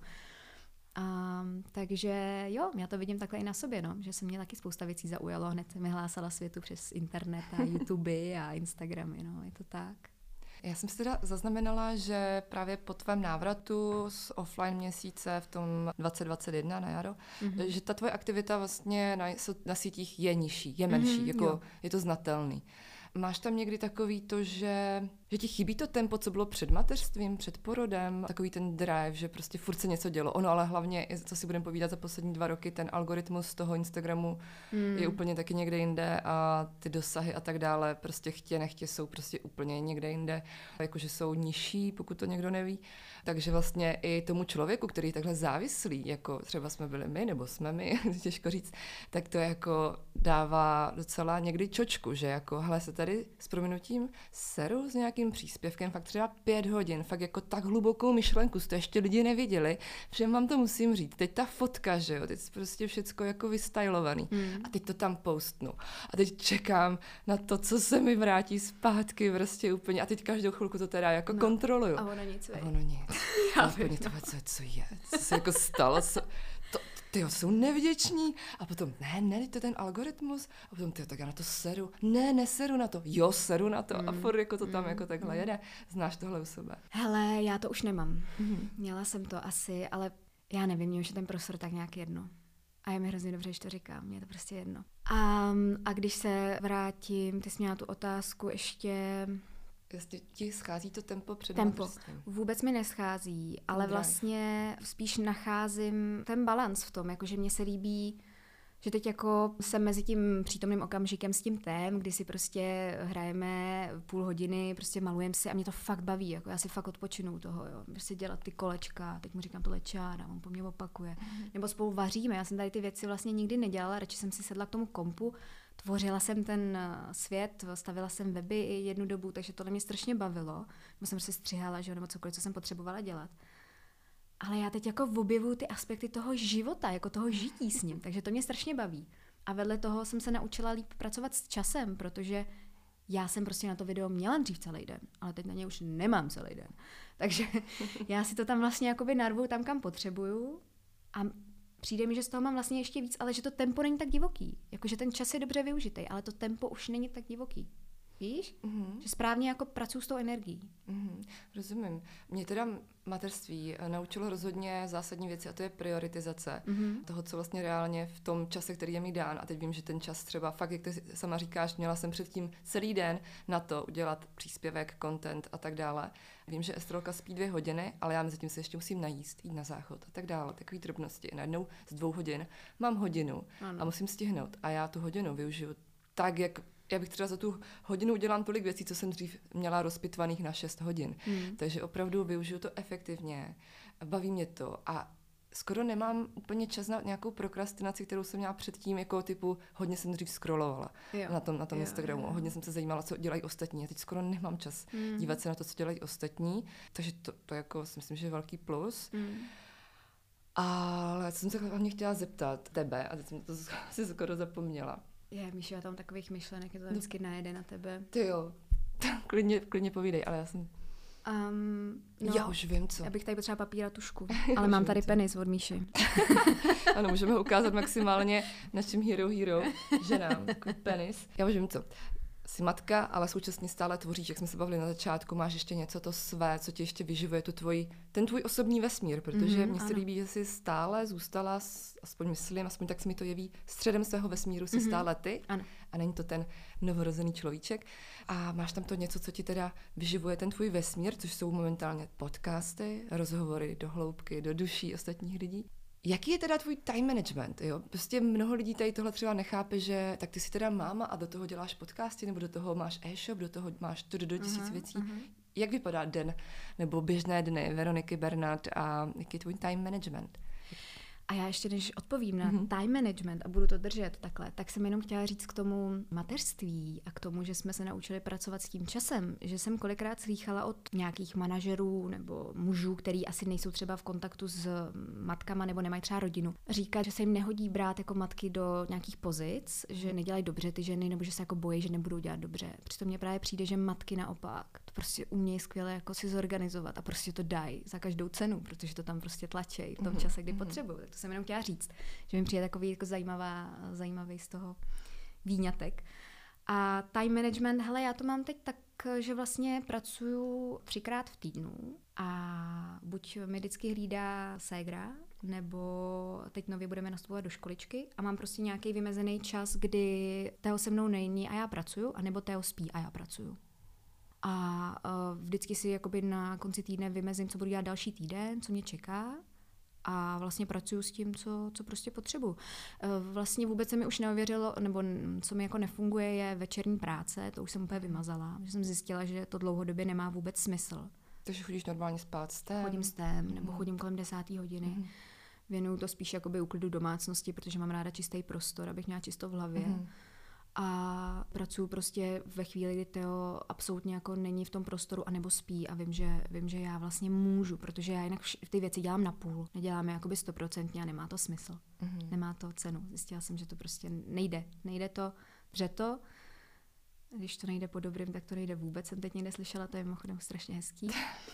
Takže jo, já to vidím takhle i na sobě, no, že se mě taky spousta věcí zaujalo. Hned jsem mi hlásala světu přes internet a YouTube a Instagramy, no, je to tak. Já jsem si teda zaznamenala, že právě po tvém návratu z offline měsíce v tom 2021 na jaro, že ta tvoje aktivita vlastně na sítích je nižší, je menší, jako je to znatelný. Máš tam někdy takový to, že ti chybí to tempo, co bylo před mateřstvím, před porodem, takový ten drive, že prostě furt se něco dělo. Ono ale hlavně, co si budeme povídat za poslední 2 roky, ten algoritmus toho Instagramu je úplně taky někde jinde a ty dosahy a tak dále, prostě chtě nechtě jsou prostě úplně někde jinde, jakože jsou nižší, pokud to někdo neví. Takže vlastně i tomu člověku, který je takhle závislý, jako třeba jsme byli my, nebo jsme my, těžko říct, tak to jako dává docela někdy čočku, že jako, hele, se tady s prominutím seru s nějakým příspěvkem, fakt třeba 5 hodin, fakt jako tak hlubokou myšlenku, to ještě lidi neviděli, všem vám to musím říct. Teď ta fotka, že jo, teď prostě všecko jako vystylovaný. A teď to tam postnu. A teď čekám na to, co se mi vrátí zpátky, prostě úplně. A teď každou chvilku to teda jako kontroluju. A ono nic, a ono nic. Já úplně to, co je, co se jako stalo, tyjo, jsou nevděční. A potom, ne, to je ten algoritmus. A potom, tyjo, tak já na to seru. Ne, neseru na to. Jo, seru na to. A furt jako to tam jako takhle jede. Znáš tohle u sebe? Hele, já to už nemám. Měla jsem to asi, ale já nevím, mě už je ten prostor tak nějak jedno. A je mi hrozně dobře, že to říkám. Mně je to prostě jedno. A když se vrátím, ty jsi měla tu otázku ještě... Jestli ti schází to tempo před mateřstvím? Vůbec mi neschází, ale vlastně spíš nacházím ten balans v tom, jakože mně se líbí, že teď jako jsem mezi tím přítomným okamžikem s tím tém, kdy si prostě hrajeme půl hodiny, prostě malujeme si a mě to fakt baví, jako já si fakt odpočinu u toho, jo, prostě dělat ty kolečka, teď mu říkám tohle čára, on po mně opakuje, nebo spolu vaříme, já jsem tady ty věci vlastně nikdy nedělala, radši jsem si sedla k tomu kompu, tvořila jsem ten svět, stavila jsem weby i jednu dobu, takže to mě strašně bavilo. Nebo jsem se střihala, že, nebo cokoliv, co jsem potřebovala dělat. Ale já teď jako objevuju ty aspekty toho života, jako toho žití s ním, takže to mě strašně baví. A vedle toho jsem se naučila líp pracovat s časem, protože já jsem prostě na to video měla dřív celý den, ale teď na ně už nemám celý den. Takže já si to tam vlastně jakoby narvu tam, kam potřebuju a přijde mi, že z toho mám vlastně ještě víc, ale že to tempo není tak divoký. Jakože ten čas je dobře využitý, ale to tempo už není tak divoký. Víš? Že správně jako pracuji s tou energií. Rozumím. Mě teda mateřství naučilo rozhodně zásadní věci a to je prioritizace toho, co vlastně reálně v tom čase, který je mi dán. A teď vím, že ten čas třeba fakt, jak ty sama říkáš, měla jsem předtím celý den na to udělat příspěvek, content a tak dále. Vím, že Estrelka spí 2 hodiny, ale já mezi tím se ještě musím najíst, jít na záchod a tak dále. Takový drobnosti. Najednou z 2 hodin mám hodinu a musím stihnout. A já tu hodinu využiju tak, jak já bych třeba za tu hodinu udělám tolik věcí, co jsem dřív měla rozpitvaných na 6 hodin. Takže opravdu využiju to efektivně, baví mě to a skoro nemám úplně čas na nějakou prokrastinaci, kterou jsem měla předtím, jako typu hodně jsem dřív scrollovala na tom Instagramu, hodně jsem se zajímala, co dělají ostatní a teď skoro nemám čas dívat se na to, co dělají ostatní, takže to jako si myslím, že je velký plus. Ale jsem se hlavně chtěla zeptat tebe a teď jsem to si skoro zapomněla. Míšo, já tam takových myšlenek, je to vždycky najede na tebe. Ty jo, klidně povídej, ale já jsem... No, já už vím, co. Já bych tady potřeba papír a tušku, ale mám tady penis od Míši. Ano, můžeme ho ukázat maximálně našim hero, ženám, takový penis. Já už vím, co. Jsi matka, ale současně stále tvoříš, jak jsme se bavili na začátku, máš ještě něco to své, co ti ještě vyživuje, ten tvůj osobní vesmír, protože mně se líbí, že jsi stále zůstala, aspoň myslím, aspoň tak se mi to jeví, středem svého vesmíru jsi stále ty a není to ten novorozený človíček. A máš tam to něco, co ti teda vyživuje ten tvůj vesmír, což jsou momentálně podcasty, rozhovory do hloubky, do duší ostatních lidí. Jaký je teda tvůj time management? Jo? Prostě mnoho lidí tady tohle třeba nechápe, že tak ty jsi teda máma a do toho děláš podcasty, nebo do toho máš e-shop, do toho máš do tisíc věcí. Jak vypadá den nebo běžné dny Veroniky Bernard a jaký je tvůj time management? A já ještě než odpovím na time management a budu to držet takhle, tak jsem jenom chtěla říct k tomu mateřství a k tomu, že jsme se naučili pracovat s tím časem, že jsem kolikrát slýchala od nějakých manažerů nebo mužů, který asi nejsou třeba v kontaktu s matkama nebo nemají třeba rodinu, říkat, že se jim nehodí brát jako matky do nějakých pozic, že nedělají dobře ty ženy nebo že se jako bojí, že nebudou dělat dobře. Přitom mně právě přijde, že matky naopak to prostě umějí skvěle jako si zorganizovat a prostě to dají za každou cenu, protože to tam prostě tlačí v tom čase, kdy potřebují. To jsem jenom chtěla říct, že mi přijde takový jako zajímavý z toho výňatek. A time management, hele, já to mám teď tak, že vlastně pracuju 3krát v týdnu a buď mi vždycky hlídá ségra, nebo teď nově budeme nastupovat do školičky a mám prostě nějaký vymezený čas, kdy Teo se mnou není a já pracuju, anebo Teo spí a já pracuju. A vždycky si jakoby na konci týdne vymezím, co budu dělat další týden, co mě čeká. A vlastně pracuju s tím, co prostě potřebuju. Vlastně vůbec se mi už neověřilo, nebo co mi jako nefunguje, je večerní práce, to už jsem úplně vymazala. Že jsem zjistila, že to dlouhodobě nemá vůbec smysl. Takže chodíš normálně spát s tém? Chodím s tém, nebo chodím kolem 10. hodiny. Věnuju to spíš jakoby úklidu domácnosti, protože mám ráda čistý prostor, abych měla čisto v hlavě. A pracuji prostě ve chvíli, kdy Teo absolutně jako není v tom prostoru anebo spí a vím, že já vlastně můžu, protože já jinak ty věci dělám na půl. Nedělám je jakoby 100% a nemá to smysl. Nemá to cenu. Zjistila jsem, že to prostě nejde. Nejde to, to. Když to nejde po dobrým, tak to nejde vůbec. Jsem teď někde slyšela, to je mimochodem strašně hezký.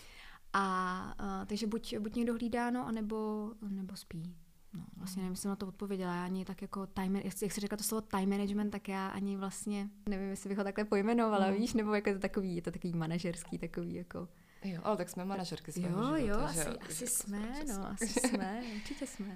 Takže buď někdo hlídá, anebo spí. No, vlastně nevím, jestli na to odpověděla. Já ani tak jako jak jsi řekla to slovo time management, tak já ani vlastně nevím, jestli bych ho takhle pojmenovala, víš, nebo jako je to takový manažerský, takový jako... Jo, ale tak jsme manažerky svého života. Asi jsme, určitě jsme.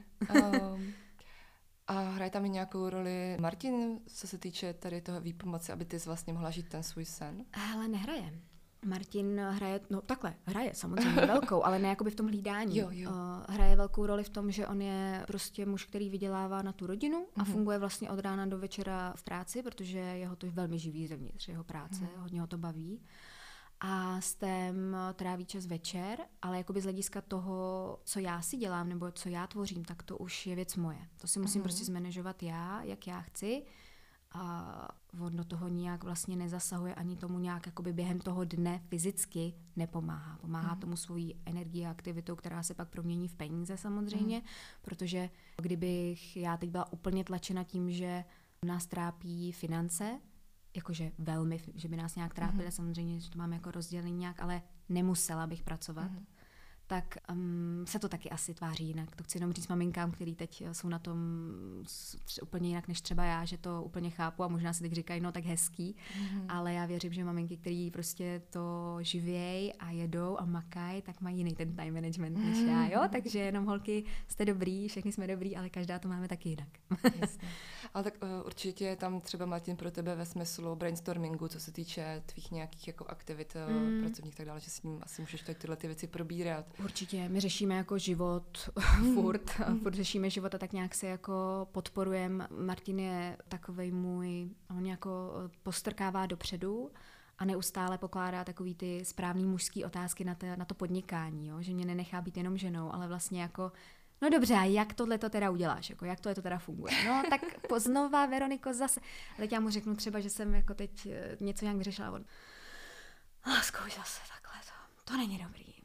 A hraje tam i nějakou roli Martin, co se týče tady toho výpomoci, aby ty jsi vlastně mohla žít ten svůj sen? Ale nehraje. Martin hraje samozřejmě velkou, ale ne jakoby v tom hlídání. Jo. Hraje velkou roli v tom, že on je prostě muž, který vydělává na tu rodinu a funguje vlastně od rána do večera v práci, protože jeho to velmi živí zevnitř, jeho práce, hodně ho to baví. A s tím tráví čas večer, ale jakoby z hlediska toho, co já si dělám nebo co já tvořím, tak to už je věc moje. To si musím prostě zmanažovat já, jak já chci. A on do toho nijak vlastně nezasahuje, ani tomu nějak jakoby během toho dne fyzicky nepomáhá. Pomáhá tomu svojí energií a aktivitou, která se pak promění v peníze samozřejmě, protože kdybych já teď byla úplně tlačena tím, že nás trápí finance, jakože velmi, že by nás nějak trápily, samozřejmě, že to máme jako rozdělený nějak, ale nemusela bych pracovat, tak se to taky asi tváří jinak. To chci jenom říct maminkám, který teď jsou na tom úplně jinak než třeba já, že to úplně chápu a možná si teď říkají, no tak hezký, ale já věřím, že maminky, který prostě to živějí a jedou a makají, tak mají jiný ten time management než já, jo? Takže jenom holky, jste dobrý, všechny jsme dobrý, ale každá to máme taky jinak. Jasně. Ale tak určitě je tam třeba Martin pro tebe ve smyslu brainstormingu, co se týče tvých nějakých jako aktivit pracovních tak dále, že s ním asi můžeš tyhle ty věci probírat. Určitě, my řešíme jako život furt řešíme život a tak nějak se jako podporujeme. Martin je takovej on jako postrkává dopředu a neustále pokládá takový ty správný mužský otázky na to podnikání, jo? Že mě nenechá být jenom ženou, ale vlastně jako no dobře, a jak tohle to teda uděláš? Jako, jak to teda funguje? No tak znova, Veroniko, zase. Ale já mu řeknu třeba, že jsem jako teď něco nějak vyřešila. Lásko, už zase takhle to není dobrý.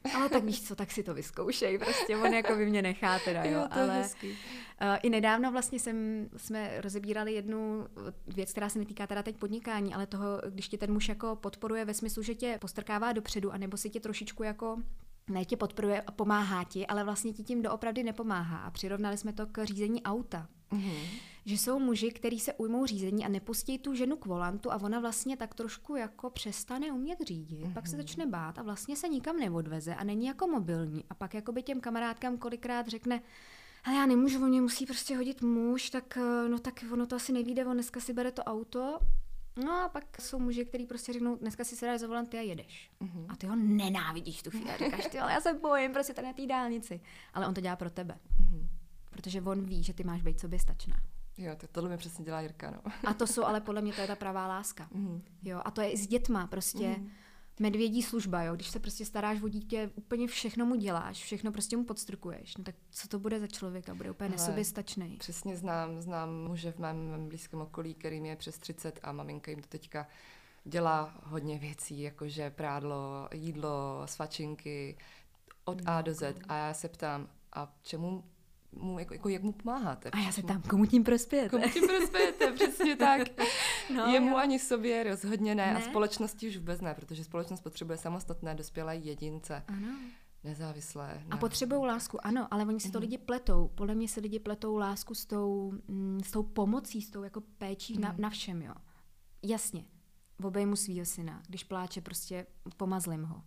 Ale tak víš co, tak si to vyzkoušej, prostě on jako by mě nechá teda, jo. Ale i nedávno vlastně jsme rozebírali jednu věc, která se netýká teda teď podnikání, ale toho, když tě ten muž jako podporuje ve smyslu, že tě postrkává dopředu, anebo si tě trošičku jako ne tě podporuje a pomáhá ti, ale vlastně ti tím doopravdy nepomáhá. A přirovnali jsme to k řízení auta. Že jsou muži, kteří se ujmou řízení a nepustí tu ženu k volantu a ona vlastně tak trošku jako přestane umět řídit, pak se začne bát a vlastně se nikam neodveze a není jako mobilní. A pak jakoby těm kamarádkám kolikrát řekne, hele, já nemůžu, on mě musí prostě hodit muž, tak ono to asi nevíde, on dneska si bere to auto. No a pak jsou muži, kteří prostě řeknou, dneska si sedáš za volant, ty a jedeš. A ty ho nenávidíš tu chvíli. Říkáš, ty, ale já se bojím prostě tady na té dálnici. Ale on to dělá pro tebe. Protože on ví, že ty máš být soběstačná. Jo, tohle mi přesně dělá Jirka, no. A to jsou ale podle mě to je ta pravá láska. Jo, a to je i s dětma prostě. Medvědí služba, jo, když se prostě staráš o dítě, úplně všechno mu děláš, všechno prostě mu podstrkuješ, no tak co to bude za člověka, bude úplně nesoběstačný. Přesně znám muže v mém blízkém okolí, kterým je přes 30 a maminka jim to teďka dělá hodně věcí, jakože prádlo, jídlo, svačinky, od A do Z. A já se ptám, a čemu jak mu pomáháte? A já se ptám, komu tím prospějete? Komu tím prospějete, přesně tak. Jemu ani sobě rozhodně ne a společnosti už vůbec ne, protože společnost potřebuje samostatné dospělé jedince. Ano. Nezávislé. A potřebují lásku, ano, ale oni si to lidi pletou. Podle mě si lidi pletou lásku s tou pomocí, s tou jako péčí na všem, jo. Jasně, obejmu svýho syna, když pláče, prostě pomazlím ho.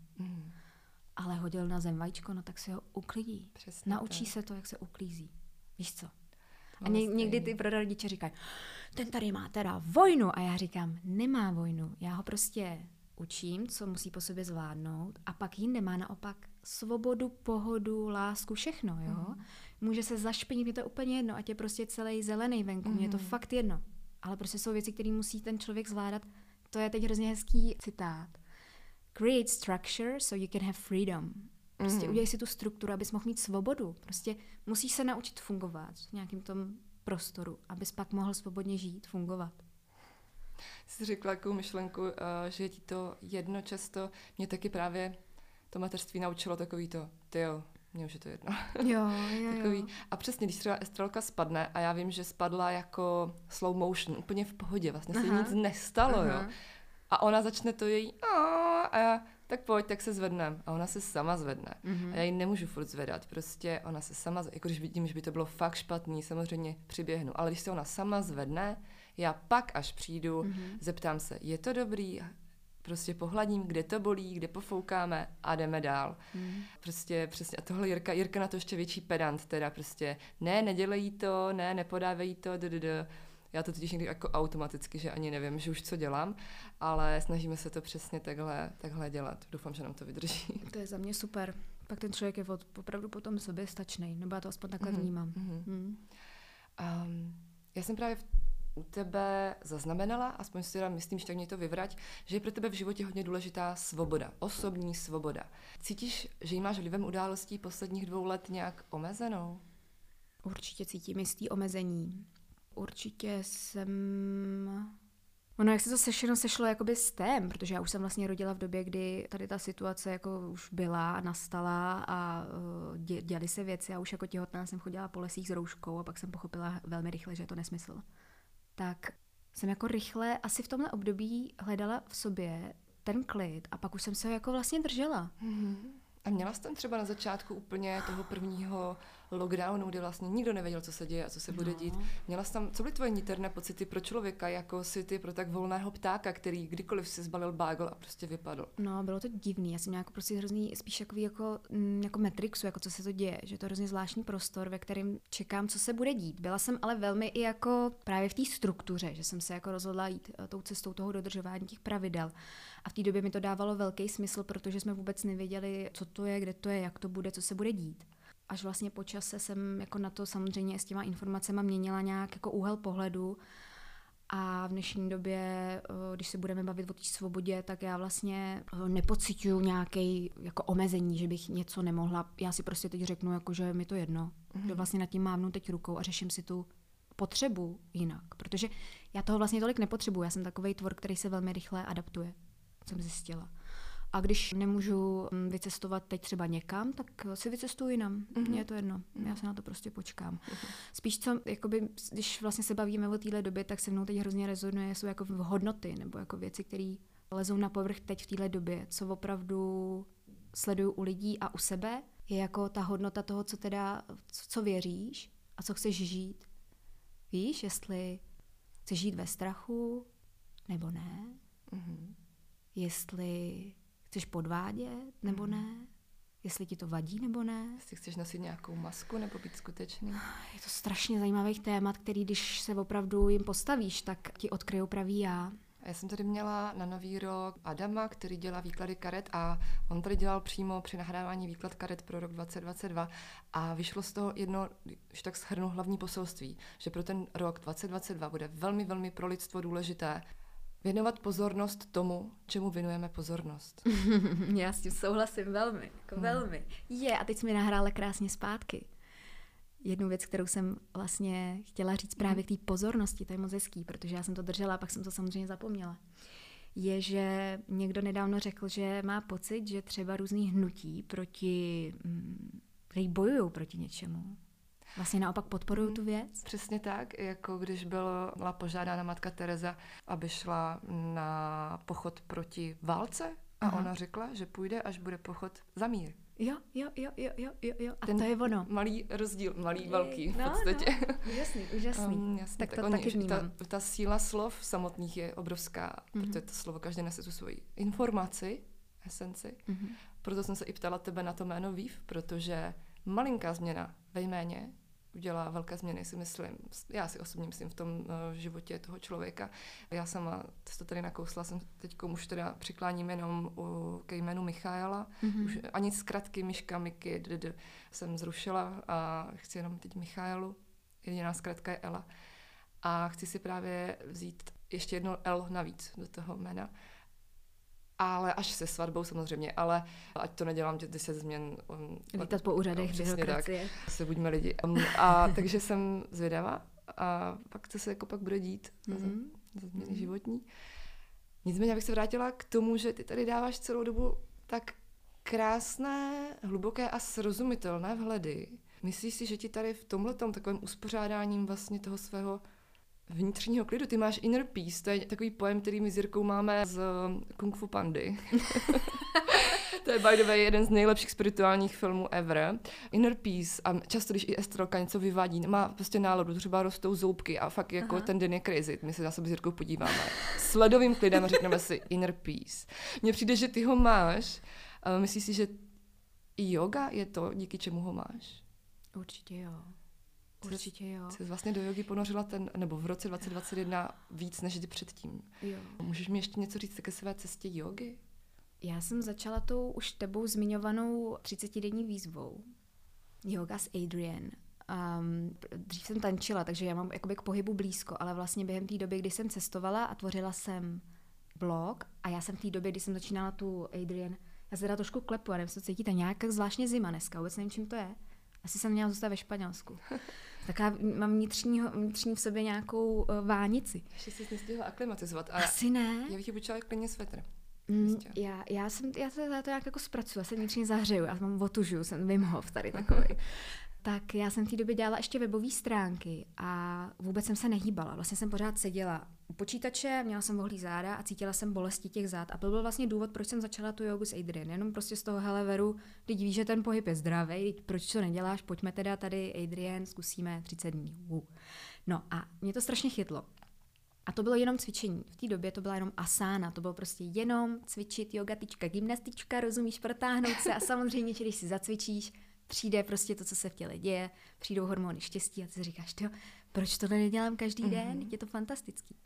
Ale hodil na zem vajíčko, no tak si ho uklidí. Přesně naučí tak. se to, jak se uklízí. Víš co? A někdy ty prarodiče říkají, ten tady má teda vojnu. A já říkám, nemá vojnu. Já ho prostě učím, co musí po sobě zvládnout a pak jinde má naopak svobodu, pohodu, lásku, všechno, jo. Může se zašpinit, mě to je úplně jedno, ať je prostě celý zelený venku, mě je to fakt jedno. Ale prostě jsou věci, které musí ten člověk zvládat. To je teď hrozně hezký citát. Create structure so you can have freedom. Prostě udělej si tu strukturu, abys mohl mít svobodu. Prostě musíš se naučit fungovat v nějakém tom prostoru, abys pak mohl svobodně žít, fungovat. Jsi řekla takovou myšlenku, že je ti to jedno často. Mě taky právě to mateřství naučilo takový to, tyjo, mně už je to jedno. Jo. Takový. A přesně, když třeba Estrelka spadne a já vím, že spadla jako slow motion, úplně v pohodě, vlastně se nic nestalo, jo. A ona začne to její a já, tak pojď, tak se zvednem. A ona se sama zvedne. A já ji nemůžu furt zvedat. Prostě ona se sama zvedne. Jako když vidím, že by to bylo fakt špatný, samozřejmě přiběhnu. Ale když se ona sama zvedne, já pak až přijdu, zeptám se, je to dobrý? Prostě pohladím, kde to bolí, kde pofoukáme a jdeme dál. Prostě přesně. A tohle Jirka na to ještě větší pedant, teda prostě nedělej to, nepodávej to, Já to totiž někdy jako automaticky, že ani nevím, že už co dělám, ale snažíme se to přesně takhle dělat. Doufám, že nám to vydrží. To je za mě super. Pak ten člověk je opravdu potom soběstačný, nebo já to aspoň takhle vnímám. Já jsem právě u tebe zaznamenala, aspoň si teda myslím, že tak mě to vyvrať, že je pro tebe v životě hodně důležitá svoboda, osobní svoboda. Cítíš, že ji máš vlivem událostí posledních 2 let nějak omezenou? Určitě cítím jistý omezení. Určitě jsem... Ono, jak se to sešlo jakoby s tém, protože já už jsem vlastně rodila v době, kdy tady ta situace jako už byla, nastala a děly se věci. Já už jako těhotná jsem chodila po lesích s rouškou a pak jsem pochopila velmi rychle, že je to nesmysl. Tak jsem jako rychle asi v tomhle období hledala v sobě ten klid a pak už jsem se ho jako vlastně držela. A měla jsi tam třeba na začátku úplně toho prvního lockdownu, kdy vlastně nikdo nevěděl, co se děje a co se bude dít. Měla jsi tam, co byly tvoje niterné pocity pro člověka, jako si ty pro tak volného ptáka, který kdykoliv si zbalil bágl a prostě vypadl? No, bylo to divný. Já jsem měla jako prostě hrozný, spíš takový jako Matrixu, jako co se to děje, že to je hrozně zvláštní prostor, ve kterém čekám, co se bude dít. Byla jsem ale velmi i jako právě v té struktuře, že jsem se jako rozhodla jít tou cestou toho dodržování těch pravidel. A v té době mi to dávalo velký smysl, protože jsme vůbec nevěděli, co to je, kde to je, jak to bude, co se bude dít. Až vlastně po čase jsem jako na to samozřejmě s těma informacemi měnila nějak jako úhel pohledu a v dnešní době, když se budeme bavit o té svobodě, tak já vlastně nepociťuju nějaké jako omezení, že bych něco nemohla. Já si prostě teď řeknu, jako, že mi to jedno. Že vlastně nad tím mávnu teď rukou a řeším si tu potřebu jinak. Protože já toho vlastně tolik nepotřebuji. Já jsem takovej tvor, který se velmi rychle adaptuje, jsem zjistila. A když nemůžu vycestovat teď třeba někam, tak si vycestuji jinam. Mně je to jedno. Já se na to prostě počkám. Spíš co, jakoby, když vlastně se bavíme o téhle době, tak se mnou teď hrozně rezonuje, jsou jako hodnoty nebo jako věci, které lezou na povrch teď v téhle době, co opravdu sleduju u lidí a u sebe, je jako ta hodnota toho, co věříš a co chceš žít. Víš, jestli chceš žít ve strachu, nebo ne? Jestli chceš podvádět, nebo ne? Jestli ti to vadí, nebo ne? Jestli chceš nosit nějakou masku, nebo být skutečný? Je to strašně zajímavých témat, který, když se opravdu jim postavíš, tak ti odkryjou pravý já. Já jsem tady měla na Nový rok Adama, který dělá výklady karet a on tady dělal přímo při nahrávání výklad karet pro rok 2022 a vyšlo z toho jedno, když tak shrnu hlavní poselství, že pro ten rok 2022 bude velmi, velmi pro lidstvo důležité věnovat pozornost tomu, čemu věnujeme pozornost. Já s tím souhlasím velmi, velmi. A teď jsi mi nahrála krásně zpátky. Jednu věc, kterou jsem vlastně chtěla říct právě k té pozornosti, to je moc hezký, protože já jsem to držela a pak jsem to samozřejmě zapomněla, je, že někdo nedávno řekl, že má pocit, že třeba různý hnutí který bojují proti něčemu, vlastně naopak podporují tu věc. Přesně tak, jako když byla požádána matka Tereza, aby šla na pochod proti válce a ona řekla, že půjde, až bude pochod za mír. Jo. A to je ono. Malý rozdíl, velký v podstatě. Úžasný. Jasně, tak to taky vnímám. Ta síla slov samotných je obrovská, protože to slovo každé nese tu svoji informaci, esenci. Proto jsem se i ptala tebe na to jméno Vív, protože malinká změna ve jméně udělá velké změny, si myslím. Já si osobně myslím v tom životě toho člověka. Já sama, to tady nakousla, jsem teď už teda přikláním jenom ke jménu Michaela. Už ani zkratky Miška, Miky, jsem zrušila a chci jenom teď Michaelu. Jediná zkratka je Ela. A chci si právě vzít ještě jedno L navíc do toho jména. Ale až se svatbou samozřejmě, ale ať to nedělám 10 změn. Lítat po úřadech, byrokracie. Se buďme lidi. A takže jsem zvědavá a pak co se jako pak bude dít za změny životní. Nicméně abych se vrátila k tomu, že ty tady dáváš celou dobu tak krásné, hluboké a srozumitelné vhledy. Myslíš si, že ti tady v tomhletom takovém uspořádáním vlastně toho svého vnitřního klidu, ty máš inner peace, to je takový pojem, který my s Jirkou máme z Kung Fu Pandy. To je by the way jeden z nejlepších spirituálních filmů ever. Inner peace a často, když i Estrelka něco vyvádí, má prostě náladu, třeba rostou zoubky a fakt jako ten den je crazy. My se na sebe s Jirkou podíváme s ledovým klidem a řekneme si inner peace. Mně přijde, že ty ho máš. Myslíš si, že i yoga je to, díky čemu ho máš? Určitě jo. Určitě jo. Jsi vlastně do jogy ponořila nebo v roce 2021 víc než kdy předtím. Jo. Můžeš mi ještě něco říct ke své cestě jogy? Já jsem začala tou už tebou zmiňovanou 30denní výzvou. Yoga s Adriene. Dřív jsem tančila, takže já mám jakoby k pohybu blízko, ale vlastně během té doby, kdy jsem cestovala a tvořila jsem blog a já jsem v té době, kdy jsem začínala tu Adriene, já se teda trošku klepu, a nevím, co cítíte, nějak zvláštně zima dneska, vůbec nevím, čím to je. Asi jsem měla zůstat ve Španělsku. Tak já mám vnitřní v sobě nějakou vánici. Ještě jsi nestihla aklimatizovat. Asi ne. Já bych ti počala klidně svetr. Já to nějak jako zpracuju, já se vnitřně zahřeju, já mám otužuju, jsem Wim Hof tady takový. Tak já jsem v té době dělala ještě webové stránky a vůbec jsem se nehýbala. Vlastně jsem pořád seděla u počítače, měla jsem ohlý záda a cítila jsem bolesti těch zád. A to byl vlastně důvod, proč jsem začala tu jogu s Adriene. Jenom prostě z toho, hele Veru, teď víš, že ten pohyb je zdravý, proč to neděláš, pojďme teda tady Adriene, zkusíme 30 dní. No a mě to strašně chytlo. A to bylo jenom cvičení. V té době to byla jenom asána, to bylo prostě jenom cvičit, jogatička, gymnastička, rozumíš, protáhnout se a samozřejmě, že když si zacvičíš, přijde prostě to, co se v těle děje, přijdou hormony štěstí a ty si říkáš, proč to nedělám každý den, je to fantastický.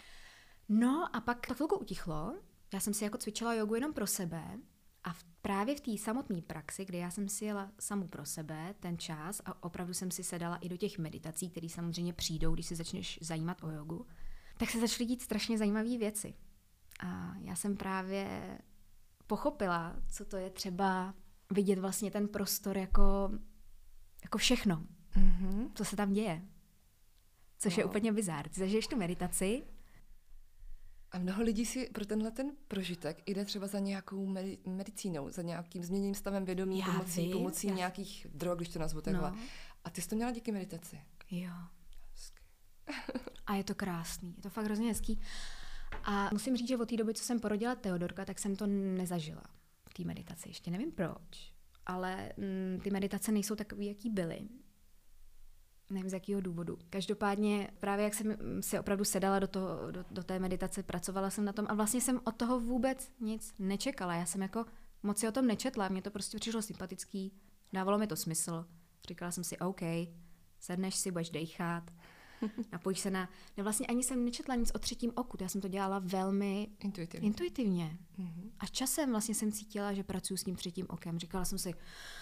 No a pak to chvilku utichlo, já jsem si jako cvičila jogu jenom pro sebe a právě v té samotné praxi, kdy já jsem si jela samu pro sebe ten čas a opravdu jsem si sedala i do těch meditací, které samozřejmě přijdou, když se začneš zajímat o jogu, tak se začaly dít strašně zajímavé věci. A já jsem právě pochopila, co to je třeba vidět vlastně ten prostor jako všechno, co se tam děje. Což je úplně bizár. Ty zažiješ tu meditaci A mnoho lidí si pro tenhle ten prožitek jde třeba za nějakou medicínou, za nějakým změněným stavem vědomí, pomocí nějakých drog, když to nazvu takhle. No. A ty jsi to měla díky meditaci. Jo. A je to krásný, je to fakt hrozně hezký. A musím říct, že od té doby, co jsem porodila Teodorka, tak jsem to nezažila v té meditaci. Ještě nevím proč, ale ty meditace nejsou takový, jaký byly. Nevím z jakého důvodu. Každopádně právě jak jsem si opravdu sedala do té meditace, pracovala jsem na tom a vlastně jsem od toho vůbec nic nečekala. Já jsem jako moc si o tom nečetla, mně to prostě přišlo sympatický, dávalo mi to smysl. Říkala jsem si, OK, sedneš si, budeš dejchat, napojíš se na... Vlastně ani jsem nečetla nic o třetím oku, já jsem to dělala velmi intuitivně. Mm-hmm. A časem vlastně jsem cítila, že pracuji s tím třetím okem. Říkala jsem si,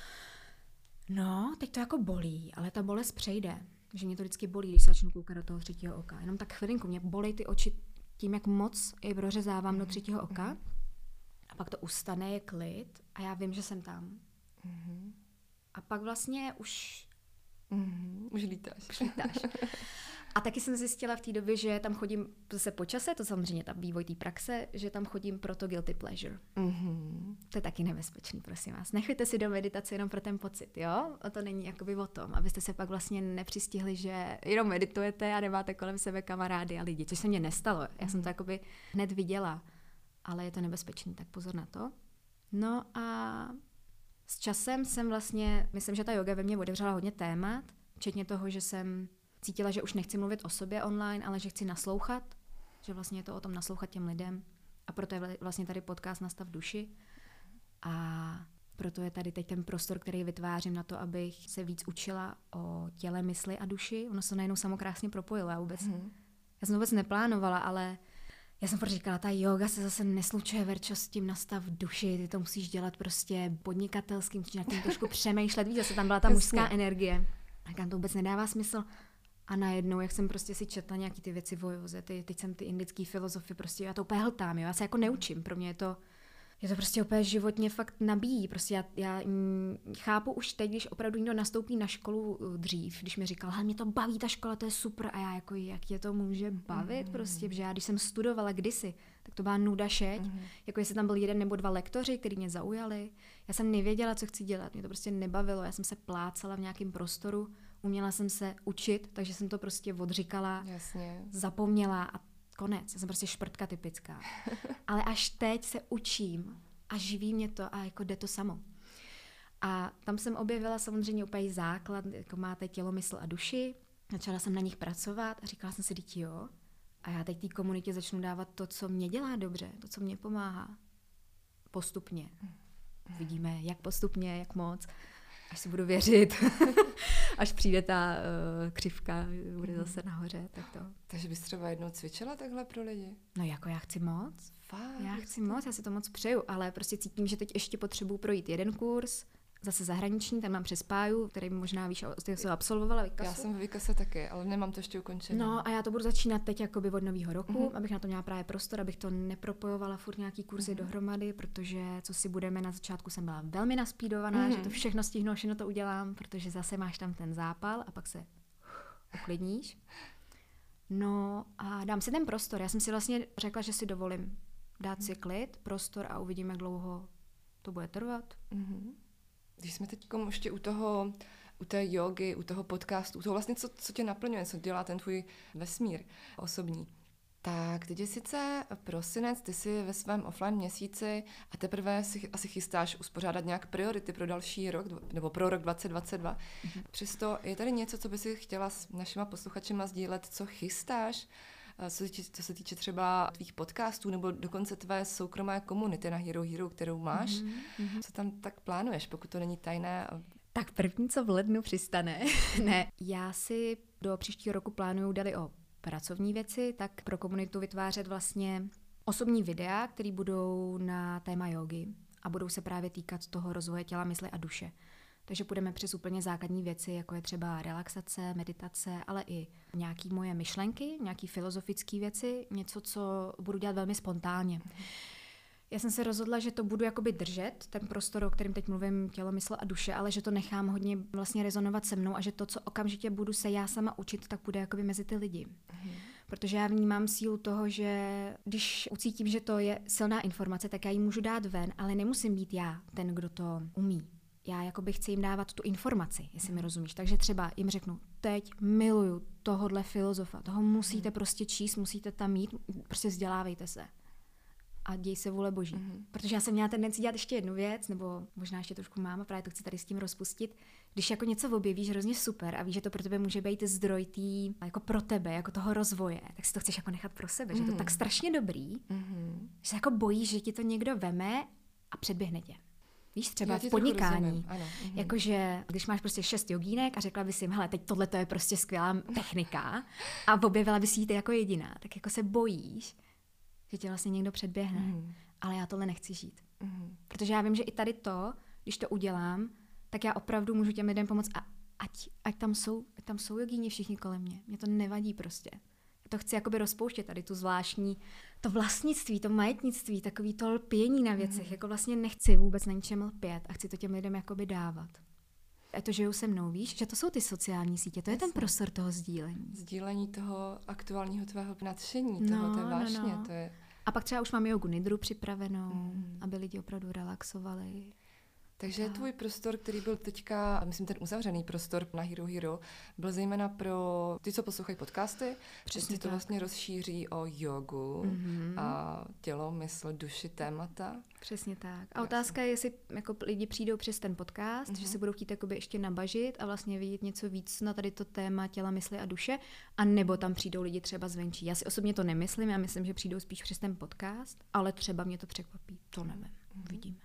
no, teď to jako bolí, ale ta bolest přejde. Že mě to vždycky bolí, když začnu koukat do toho třetího oka. Jenom tak chvilinku, mě bolí ty oči tím, jak moc je prořezávám do třetího oka. A pak to ustane, je klid a já vím, že jsem tam. Mm-hmm. A pak vlastně už lítáš. A taky jsem zjistila v té době, že tam chodím zase po čase, to samozřejmě tam vývoj té praxe, že tam chodím pro to guilty pleasure. Mm-hmm. To je taky nebezpečný, prosím vás. Nechoďte si do meditace jenom pro ten pocit, jo? A to není jakoby o tom, abyste se pak vlastně nepřistihli, že jenom meditujete a nemáte kolem sebe kamarády a lidi, což se mně nestalo. Já jsem to jakoby hned viděla, ale je to nebezpečný, tak pozor na to. No a s časem jsem vlastně, myslím, že ta yoga ve mně otevřela hodně témat, včetně toho, že jsem cítila, že už nechci mluvit o sobě online, ale že chci naslouchat, že vlastně je to o tom naslouchat těm lidem. A proto je vlastně tady podcast Nastav duši. A proto je tady teď ten prostor, který vytvářím na to, abych se víc učila o těle, mysli a duši. Ono se najednou samo krásně propojilo. Já jsem vůbec neplánovala, ale já jsem říkala, ta yoga se zase neslučuje, Verčo, s tím Nastav duši. Ty to musíš dělat prostě podnikatelským, musíš na tím trošku přemýšlet. Víš, zase tam byla ta mužská energie. A to vůbec nedává smysl. A najednou, jak jsem prostě si četla nějaký ty věci o józe, teď jsem ty indické filozofie, prostě já to úplně hltám, jo? Já se jako neučím, pro mě je to prostě úplně životně fakt nabíjí, prostě já chápu už teď, když opravdu někdo nastoupí na školu dřív, když mi říkal, mě to baví ta škola, to je super, a já jako, jak tě to může bavit prostě, protože já když jsem studovala kdysi, tak to byla nuda šeť, jako jestli tam byl 1 nebo 2 lektoři, kteří mě zaujali, já jsem nevěděla, co chci dělat, mě to prostě nebavilo, já jsem se plácala v nějakém prostoru, uměla jsem se učit, takže jsem to prostě odříkala, zapomněla a konec. Já jsem prostě šprtka typická. Ale až teď se učím a živí mě to a jako jde to samo. A tam jsem objevila samozřejmě úplně základ, jako máte tělo, mysl a duši. Začala jsem na nich pracovat a říkala jsem si, teď jo. A já teď té komunitě začnu dávat to, co mě dělá dobře, to, co mě pomáhá. Postupně. Vidíme, jak postupně, jak moc. Až si budu věřit, až přijde ta křivka, bude zase nahoře, tak to. Takže bys třeba jednou cvičila takhle pro lidi? No jako já chci moc. Fakt? Já chci moc, já si to moc přeju, ale prostě cítím, že teď ještě potřebuji projít 1 kurz, zase zahraniční, ten mám přes Páju, který možná víš, ty jsi absolvovala Vikasu. Já jsem ve Vikase taky, ale nemám to ještě ukončené. No a já to budu začínat teď jakoby od nového roku, abych na to měla právě prostor, abych to nepropojovala furt nějaký kurzy dohromady, protože co si budeme, na začátku jsem byla velmi naspídovaná, že to všechno stihnu, všechno to udělám, protože zase máš tam ten zápal a pak se uklidníš. No a dám si ten prostor. Já jsem si vlastně řekla, že si dovolím dát si klid, prostor a uvidíme, jak dlouho to bude trvat. Když jsme teď ještě u té jogy, u toho podcastu, u toho vlastně, co tě naplňuje, co dělá ten tvůj vesmír osobní, tak teď je sice prosinec, ty jsi ve svém offline měsíci a teprve si asi chystáš uspořádat nějak priority pro další rok, nebo pro rok 2022. Přesto je tady něco, co by si chtěla s našima posluchačima sdílet, co chystáš, co se týče třeba tvých podcastů nebo dokonce tvé soukromé komunity na Hero Hero, kterou máš. Co tam tak plánuješ, pokud to není tajné? Tak první, co v lednu přistane. Ne, já si do příštího roku plánuju dali o pracovní věci, tak pro komunitu vytvářet vlastně osobní videa, které budou na téma jógy a budou se právě týkat toho rozvoje těla, mysli a duše. Takže půjdeme přes úplně základní věci, jako je třeba relaxace, meditace, ale i nějaké moje myšlenky, nějaké filozofické věci, něco, co budu dělat velmi spontánně. Já jsem se rozhodla, že to budu jakoby držet, ten prostor, o kterém teď mluvím, tělo, mysl a duše, ale že to nechám hodně vlastně rezonovat se mnou a že to, co okamžitě budu se já sama učit, tak bude jakoby mezi ty lidi. Protože já vnímám sílu toho, že když ucítím, že to je silná informace, tak já ji můžu dát ven, ale nemusím být já ten, kdo to umí. Já jakoby chci jim dávat tu informaci, jestli mi rozumíš. Takže třeba jim řeknu, teď miluju tohodle filozofa, toho musíte prostě číst, musíte tam mít, prostě vzdělávejte se. A děj se vůle boží. Protože já jsem měla tendenci dělat ještě jednu věc, nebo možná ještě trošku mám a právě to chci tady s tím rozpustit. Když jako něco objevíš hrozně super a víš, že to pro tebe může být zdroj tý, jako pro tebe, jako toho rozvoje, tak si to chceš jako nechat pro sebe, že je to tak strašně dobrý, že se jako bojíš, že ti to někdo veme a předběhne tě. Víš, třeba v podnikání. Jakože, když máš prostě 6 jogínek a řekla bys jim, hele, teď tohle to je prostě skvělá technika a objevila bys jí ty jako jediná, tak jako se bojíš, že tě vlastně někdo předběhne. Ale já tohle nechci žít. Protože já vím, že i tady to, když to udělám, tak já opravdu můžu těm lidem pomoct a ať tam jsou jogíni všichni kolem mě. Mě to nevadí prostě. Já to chci jakoby rozpouštět tady tu zvláštní, to vlastnictví, to majetnictví, takový to lpění na věcech. Jako vlastně nechci vůbec na ničem lpět a chci to těm lidem jakoby dávat. A to, že žijou se mnou, víš, že to jsou ty sociální sítě, to je ten prostor toho sdílení. Sdílení toho aktuálního tvého nadšení, toho té vášně, to je... A pak třeba už mám jogu nidru připravenou, aby lidi opravdu relaxovali. Takže tvůj prostor, který byl teďka, myslím ten uzavřený prostor na Hero Hero, byl zejména pro ty, co poslouchají podcasty, přesně to vlastně rozšíří o jogu a tělo, mysl, duši, témata. Přesně tak. A otázka je, jestli jako lidi přijdou přes ten podcast, že se budou chtít jakoby ještě nabažit a vlastně vidět něco víc na tady to téma těla, mysli a duše, a nebo tam přijdou lidi třeba zvenčí. Já si osobně to nemyslím, já myslím, že přijdou spíš přes ten podcast, ale třeba mě to překvapí. To nevím. Uvidíme.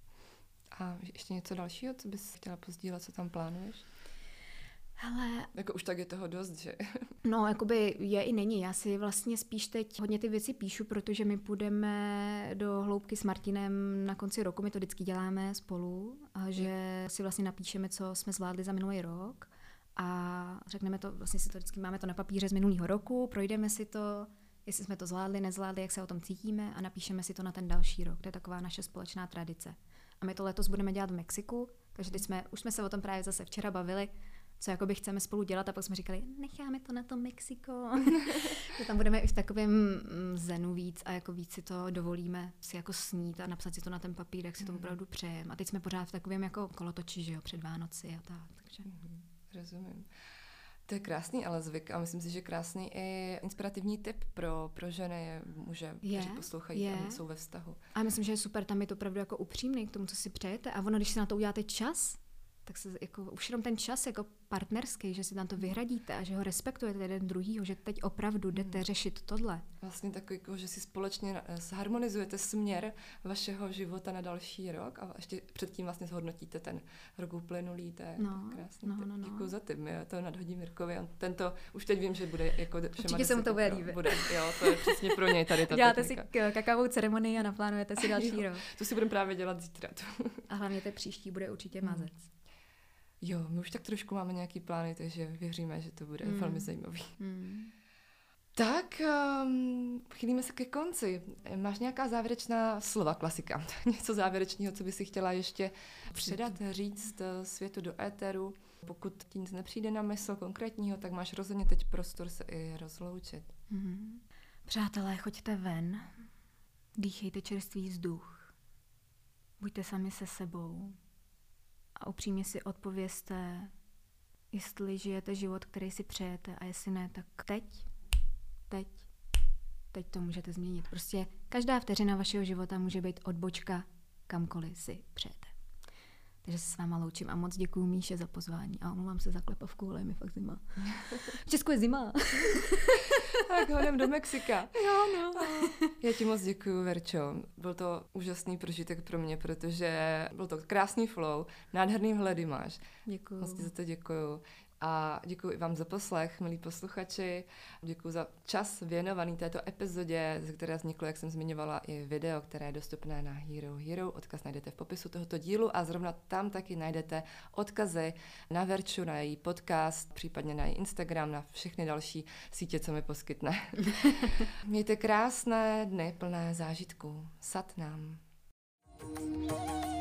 A ještě něco dalšího, co bys chtěla pozdílet, co tam plánuješ? Hele, jako už tak je toho dost, že? No, jakoby je i není. Já si vlastně spíš teď hodně ty věci píšu, protože my půjdeme do hloubky s Martinem na konci roku, my to vždycky děláme spolu, a že si vlastně napíšeme, co jsme zvládli za minulý rok a řekneme to, vlastně si to vždycky máme to na papíře z minulého roku, projdeme si to, jestli jsme to zvládli, nezvládli, jak se o tom cítíme a napíšeme si to na ten další rok. To je taková naše společná tradice. A my to letos budeme dělat v Mexiku, takže už jsme se o tom právě zase včera bavili, co jakoby chceme spolu dělat a pak jsme říkali, necháme to na to Mexiko. Že tam budeme i v takovém zenu víc a jako víc si to dovolíme si jako snít a napsat si to na ten papír, jak si to opravdu přejeme. A teď jsme pořád v takovém jako kolotoči, že jo, před Vánoci a tak. Takže. Rozumím. To je krásný ale zvyk a myslím si, že krásný i inspirativní tip pro ženy, muže, kteří poslouchají a jsou ve vztahu. A myslím, že je super tam být opravdu jako upřímný k tomu, co si přejete. A ono, když si na to uděláte čas, tak se jako už jenom ten čas jako partnerský, že si tam to vyhradíte a že ho respektujete jeden druhýho, že teď opravdu jdete řešit tohle. Vlastně takový, že si společně zharmonizujete směr vašeho života na další rok a ještě předtím vlastně zhodnotíte ten rok uplynulý, to je krásný. Děkuju za tip, já to nadhodím Mirkovi. Tento, už teď vím, že bude jako všema. Určitě se mu to bude líbit. Bude, jo, to je přesně pro něj tady ta děláte technika. si kakavou ceremonii a naplánujete si další rok. To si budeme právě dělat zítra. A hlavně ten příští bude určitě mazec. Jo, my už tak trošku máme nějaký plány, takže věříme, že to bude velmi zajímavý. Tak, chýlíme se ke konci. Máš nějaká závěrečná slova, klasika? Něco závěrečného, co by si chtěla ještě předat, říct světu do éteru? Pokud ti nic nepřijde na mysl konkrétního, tak máš rozhodně teď prostor se i rozloučit. Přátelé, choďte ven, dýchejte čerstvý vzduch, buďte sami se sebou. A upřímně si odpovězte, jestli žijete život, který si přejete a jestli ne, tak teď to můžete změnit. Prostě každá vteřina vašeho života může být odbočka kamkoliv si přejete. Takže se s váma loučím a moc děkuju Míše za pozvání a omlouvám se za klepavku, ale je mi fakt zima. V Česku je zima. Tak hodem do Mexika. Jo, no. Já ti moc děkuju, Verčo. Byl to úžasný prožitek pro mě, protože byl to krásný flow, nádherný vhledy máš. Děkuju. Moc ti za to děkuju. A děkuji i vám za poslech, milí posluchači. Děkuji za čas věnovaný této epizodě, ze které vzniklo, jak jsem zmiňovala, i video, které je dostupné na Hero Hero. Odkaz najdete v popisu tohoto dílu a zrovna tam taky najdete odkazy na Verču, na její podcast, případně na její Instagram, na všechny další sítě, co mi poskytne. Mějte krásné dny plné zážitků. Sat nám.